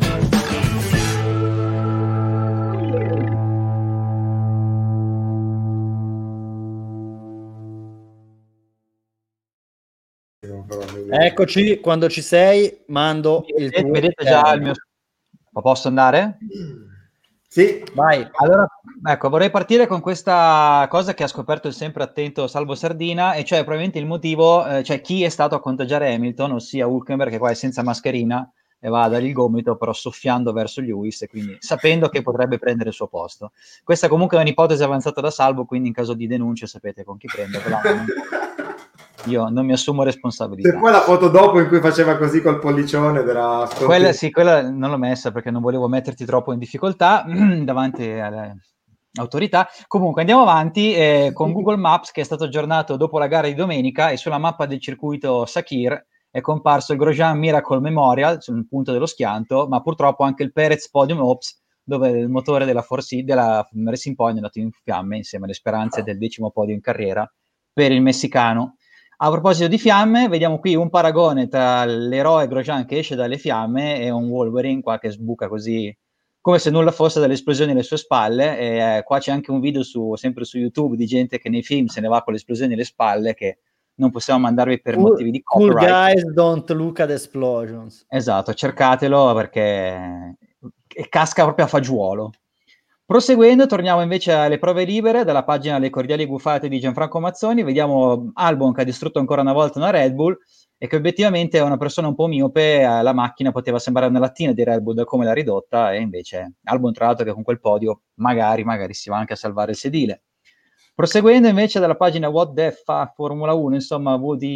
Eccoci, quando ci sei mando il tuo.
Vedete già il mio... Posso andare?
Sì,
vai.
Allora Ecco, vorrei partire con questa cosa che ha scoperto il sempre attento Salvo Sardina, e cioè probabilmente il motivo, cioè chi è stato a contagiare Hamilton, ossia Hülkenberg, che qua è senza mascherina e va a dare il gomito, però soffiando verso Lewis, e quindi sapendo che potrebbe prendere il suo posto. Questa comunque è un'ipotesi avanzata da Salvo, quindi in caso di denuncia sapete con chi prenderla. Io non mi assumo responsabilità.
Se poi la foto dopo in cui faceva così col pollicione
quella non l'ho messa perché non volevo metterti troppo in difficoltà davanti alle autorità. Comunque andiamo avanti con Google Maps, che è stato aggiornato dopo la gara di domenica, e sulla mappa del circuito Sakhir è comparso il Grosjean Miracle Memorial sul punto dello schianto, ma purtroppo anche il Perez Podium Ops, dove il motore della Racing Point è andato in fiamme insieme alle speranze del 10° podio in carriera per il messicano. A proposito di fiamme, vediamo qui un paragone tra l'eroe Grosjean che esce dalle fiamme e un Wolverine qua che sbuca così, come se nulla fosse, dalle esplosioni alle sue spalle. E qua c'è anche un video sempre su YouTube di gente che nei film se ne va con le esplosioni alle spalle, che non possiamo mandarvi per motivi di copyright.
Cool guys don't look at explosions.
Esatto, cercatelo perché casca proprio a fagiolo. Proseguendo, torniamo invece alle prove libere, dalla pagina Le cordiali gufate di Gianfranco Mazzoni. Vediamo Albon che ha distrutto ancora una volta una Red Bull, e che obiettivamente è una persona un po' miope. La macchina poteva sembrare una lattina di Red Bull da come l'ha ridotta, e invece Albon, tra l'altro, che con quel podio magari si va anche a salvare il sedile. Proseguendo invece dalla pagina What the F Formula 1, insomma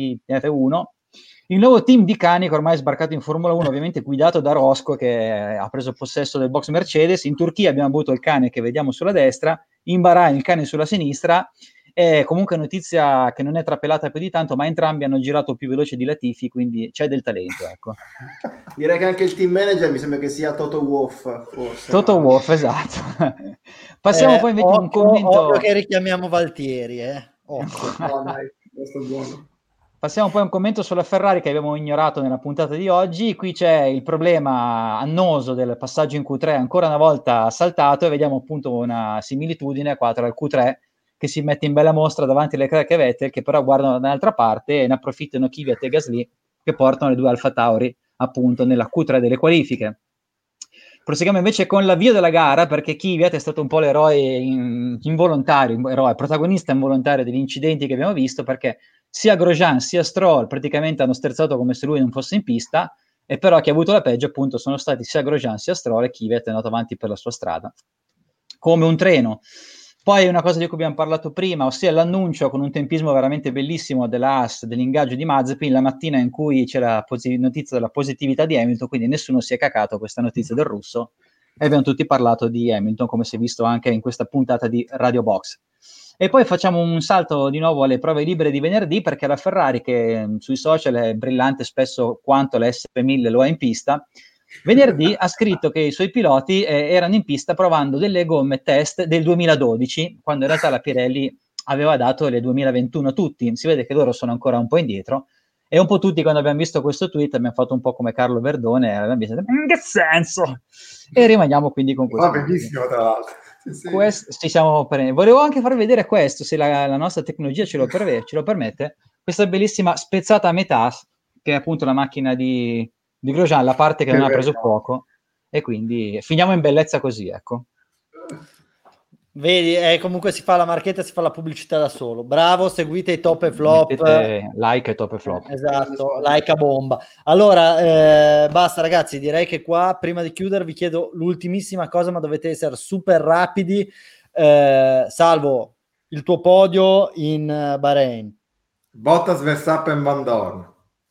WDF1, il nuovo team di cani che ormai è sbarcato in Formula 1, ovviamente guidato da Rosco, che ha preso possesso del box Mercedes. In Turchia abbiamo avuto il cane che vediamo sulla destra, in Bahrain il cane sulla sinistra. È comunque notizia che non è trapelata più di tanto, ma entrambi hanno girato più veloce di Latifi, quindi c'è del talento, ecco.
Direi che anche il team manager mi sembra che sia Toto Wolff, forse.
Toto Wolff, esatto. Passiamo poi invece a un commento...
Occhio che richiamiamo Valtieri, occhio.
No, dai, questo è buono.
Passiamo poi a un commento sulla Ferrari che abbiamo ignorato nella puntata di oggi. Qui c'è il problema annoso del passaggio in Q3 ancora una volta saltato, e vediamo appunto una similitudine qua tra il Q3 che si mette in bella mostra davanti alle Leclerc e Vettel, che però guardano dall'altra parte e ne approfittano Kvyat e Gasly, che portano le due Alfa Tauri appunto nella Q3 delle qualifiche. Proseguiamo invece con l'avvio della gara, perché Kvyat è stato un po' l'eroe involontario, protagonista involontario degli incidenti che abbiamo visto, perché sia Grosjean sia Stroll praticamente hanno sterzato come se lui non fosse in pista, e però chi ha avuto la peggio appunto sono stati sia Grosjean sia Stroll, e Kvyat è andato avanti per la sua strada come un treno. Poi una cosa di cui abbiamo parlato prima, ossia l'annuncio con un tempismo veramente bellissimo della Haas dell'ingaggio di Mazepin la mattina in cui c'è la notizia della positività di Hamilton, quindi nessuno si è cacato questa notizia del russo, e abbiamo tutti parlato di Hamilton, come si è visto anche in questa puntata di Radio Box. E poi facciamo un salto di nuovo alle prove libere di venerdì, perché la Ferrari, che sui social è brillante spesso quanto la SP1000 lo è in pista, venerdì ha scritto che i suoi piloti erano in pista provando delle gomme test del 2012, quando in realtà la Pirelli aveva dato le 2021 a tutti. Si vede che loro sono ancora un po' indietro, e un po' tutti, quando abbiamo visto questo tweet, abbiamo fatto un po' come Carlo Verdone, abbiamo visto in che senso? E rimaniamo quindi con questo.
Va benissimo, tra l'altro.
Sì. Volevo anche farvi vedere questo, se la nostra tecnologia ce lo permette, questa bellissima spezzata a metà, che è appunto la macchina di Grosjean, la parte che non ha preso fuoco, e quindi finiamo in bellezza così, ecco.
Vedi, comunque si fa la marchetta, si fa la pubblicità da solo. Bravo, seguite i top e flop.
Mettete like e top e flop.
Esatto, like a bomba. Allora, basta ragazzi, direi che qua, prima di chiudere, vi chiedo l'ultimissima cosa, ma dovete essere super rapidi. Salvo, il tuo podio in Bahrain.
Bottas, Verstappen, Van Dorn.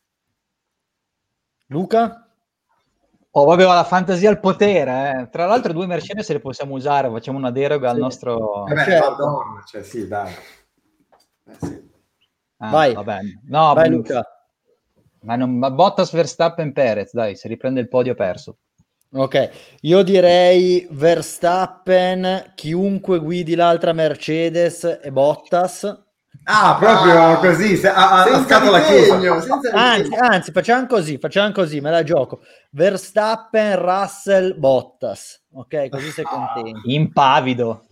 Luca?
Aveva la fantasia al potere, Tra l'altro 2 Mercedes se le possiamo usare, facciamo una deroga al nostro...
Van Dorn, cioè sì, dai.
Sì. Vai.
Vabbè. No,
vai Luca.
Ma Bottas, Verstappen, Perez, dai, se riprende il podio perso.
Ok, io direi Verstappen, chiunque guidi l'altra Mercedes e Bottas.
Proprio così, a scatola chiusa.
Anzi, facciamo così, me la gioco. Verstappen, Russell, Bottas. Ok, così sei contento.
Impavido.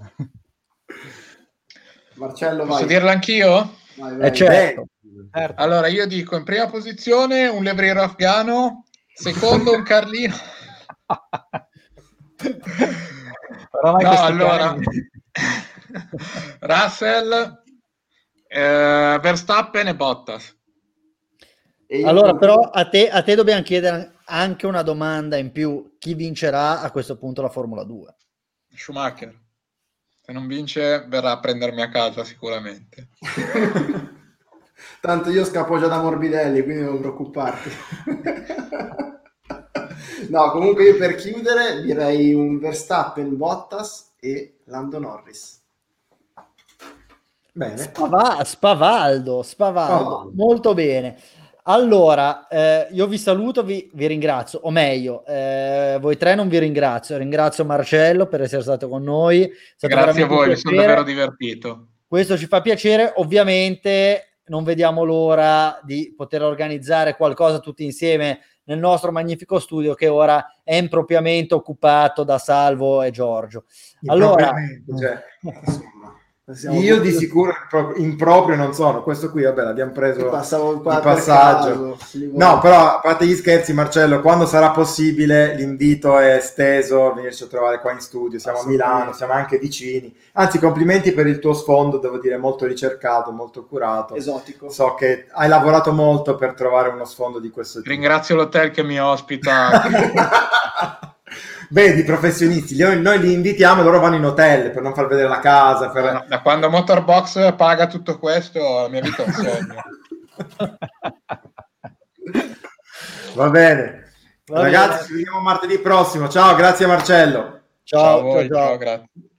Marcello,
posso
vai.
dirlo anch'io?
Vai.
Certo.
Allora io dico in prima posizione un levriero afghano, secondo un carlino.
Allora
Russell, Verstappen e Bottas.
Allora, però a te dobbiamo chiedere anche una domanda in più: chi vincerà a questo punto la Formula 2?
Schumacher. Se non vince verrà a prendermi a casa sicuramente.
Tanto io scappo già da Morbidelli, quindi non preoccuparti. No, comunque io per chiudere direi un Verstappen, Bottas e Lando Norris.
Bene.
Spavaldo, molto bene. Allora, io vi saluto, vi ringrazio, o meglio, voi tre non vi ringrazio Marcello per essere stato con noi.
Grazie a voi, mi sono davvero divertito.
Questo ci fa piacere, ovviamente non vediamo l'ora di poter organizzare qualcosa tutti insieme nel nostro magnifico studio che ora è impropriamente occupato da Salvo e Giorgio. Allora,
io di sicuro improprio non sono, questo qui vabbè l'abbiamo preso di passaggio. No, però a parte gli scherzi, Marcello, quando sarà possibile l'invito è esteso a venirci a trovare qua in studio, siamo a Milano, siamo anche vicini, anzi complimenti per il tuo sfondo, devo dire molto ricercato, molto curato,
esotico.
So che hai lavorato molto per trovare uno sfondo di questo tipo.
Ringrazio l'hotel che mi ospita.
Vedi, professionisti, noi li invitiamo e loro vanno in hotel per non far vedere la casa.
No, da quando Motorbox paga tutto questo, la mia vita è un sogno.
Va bene. Ragazzi, ci vediamo martedì prossimo. Ciao, grazie Marcello.
Ciao,
ciao, grazie.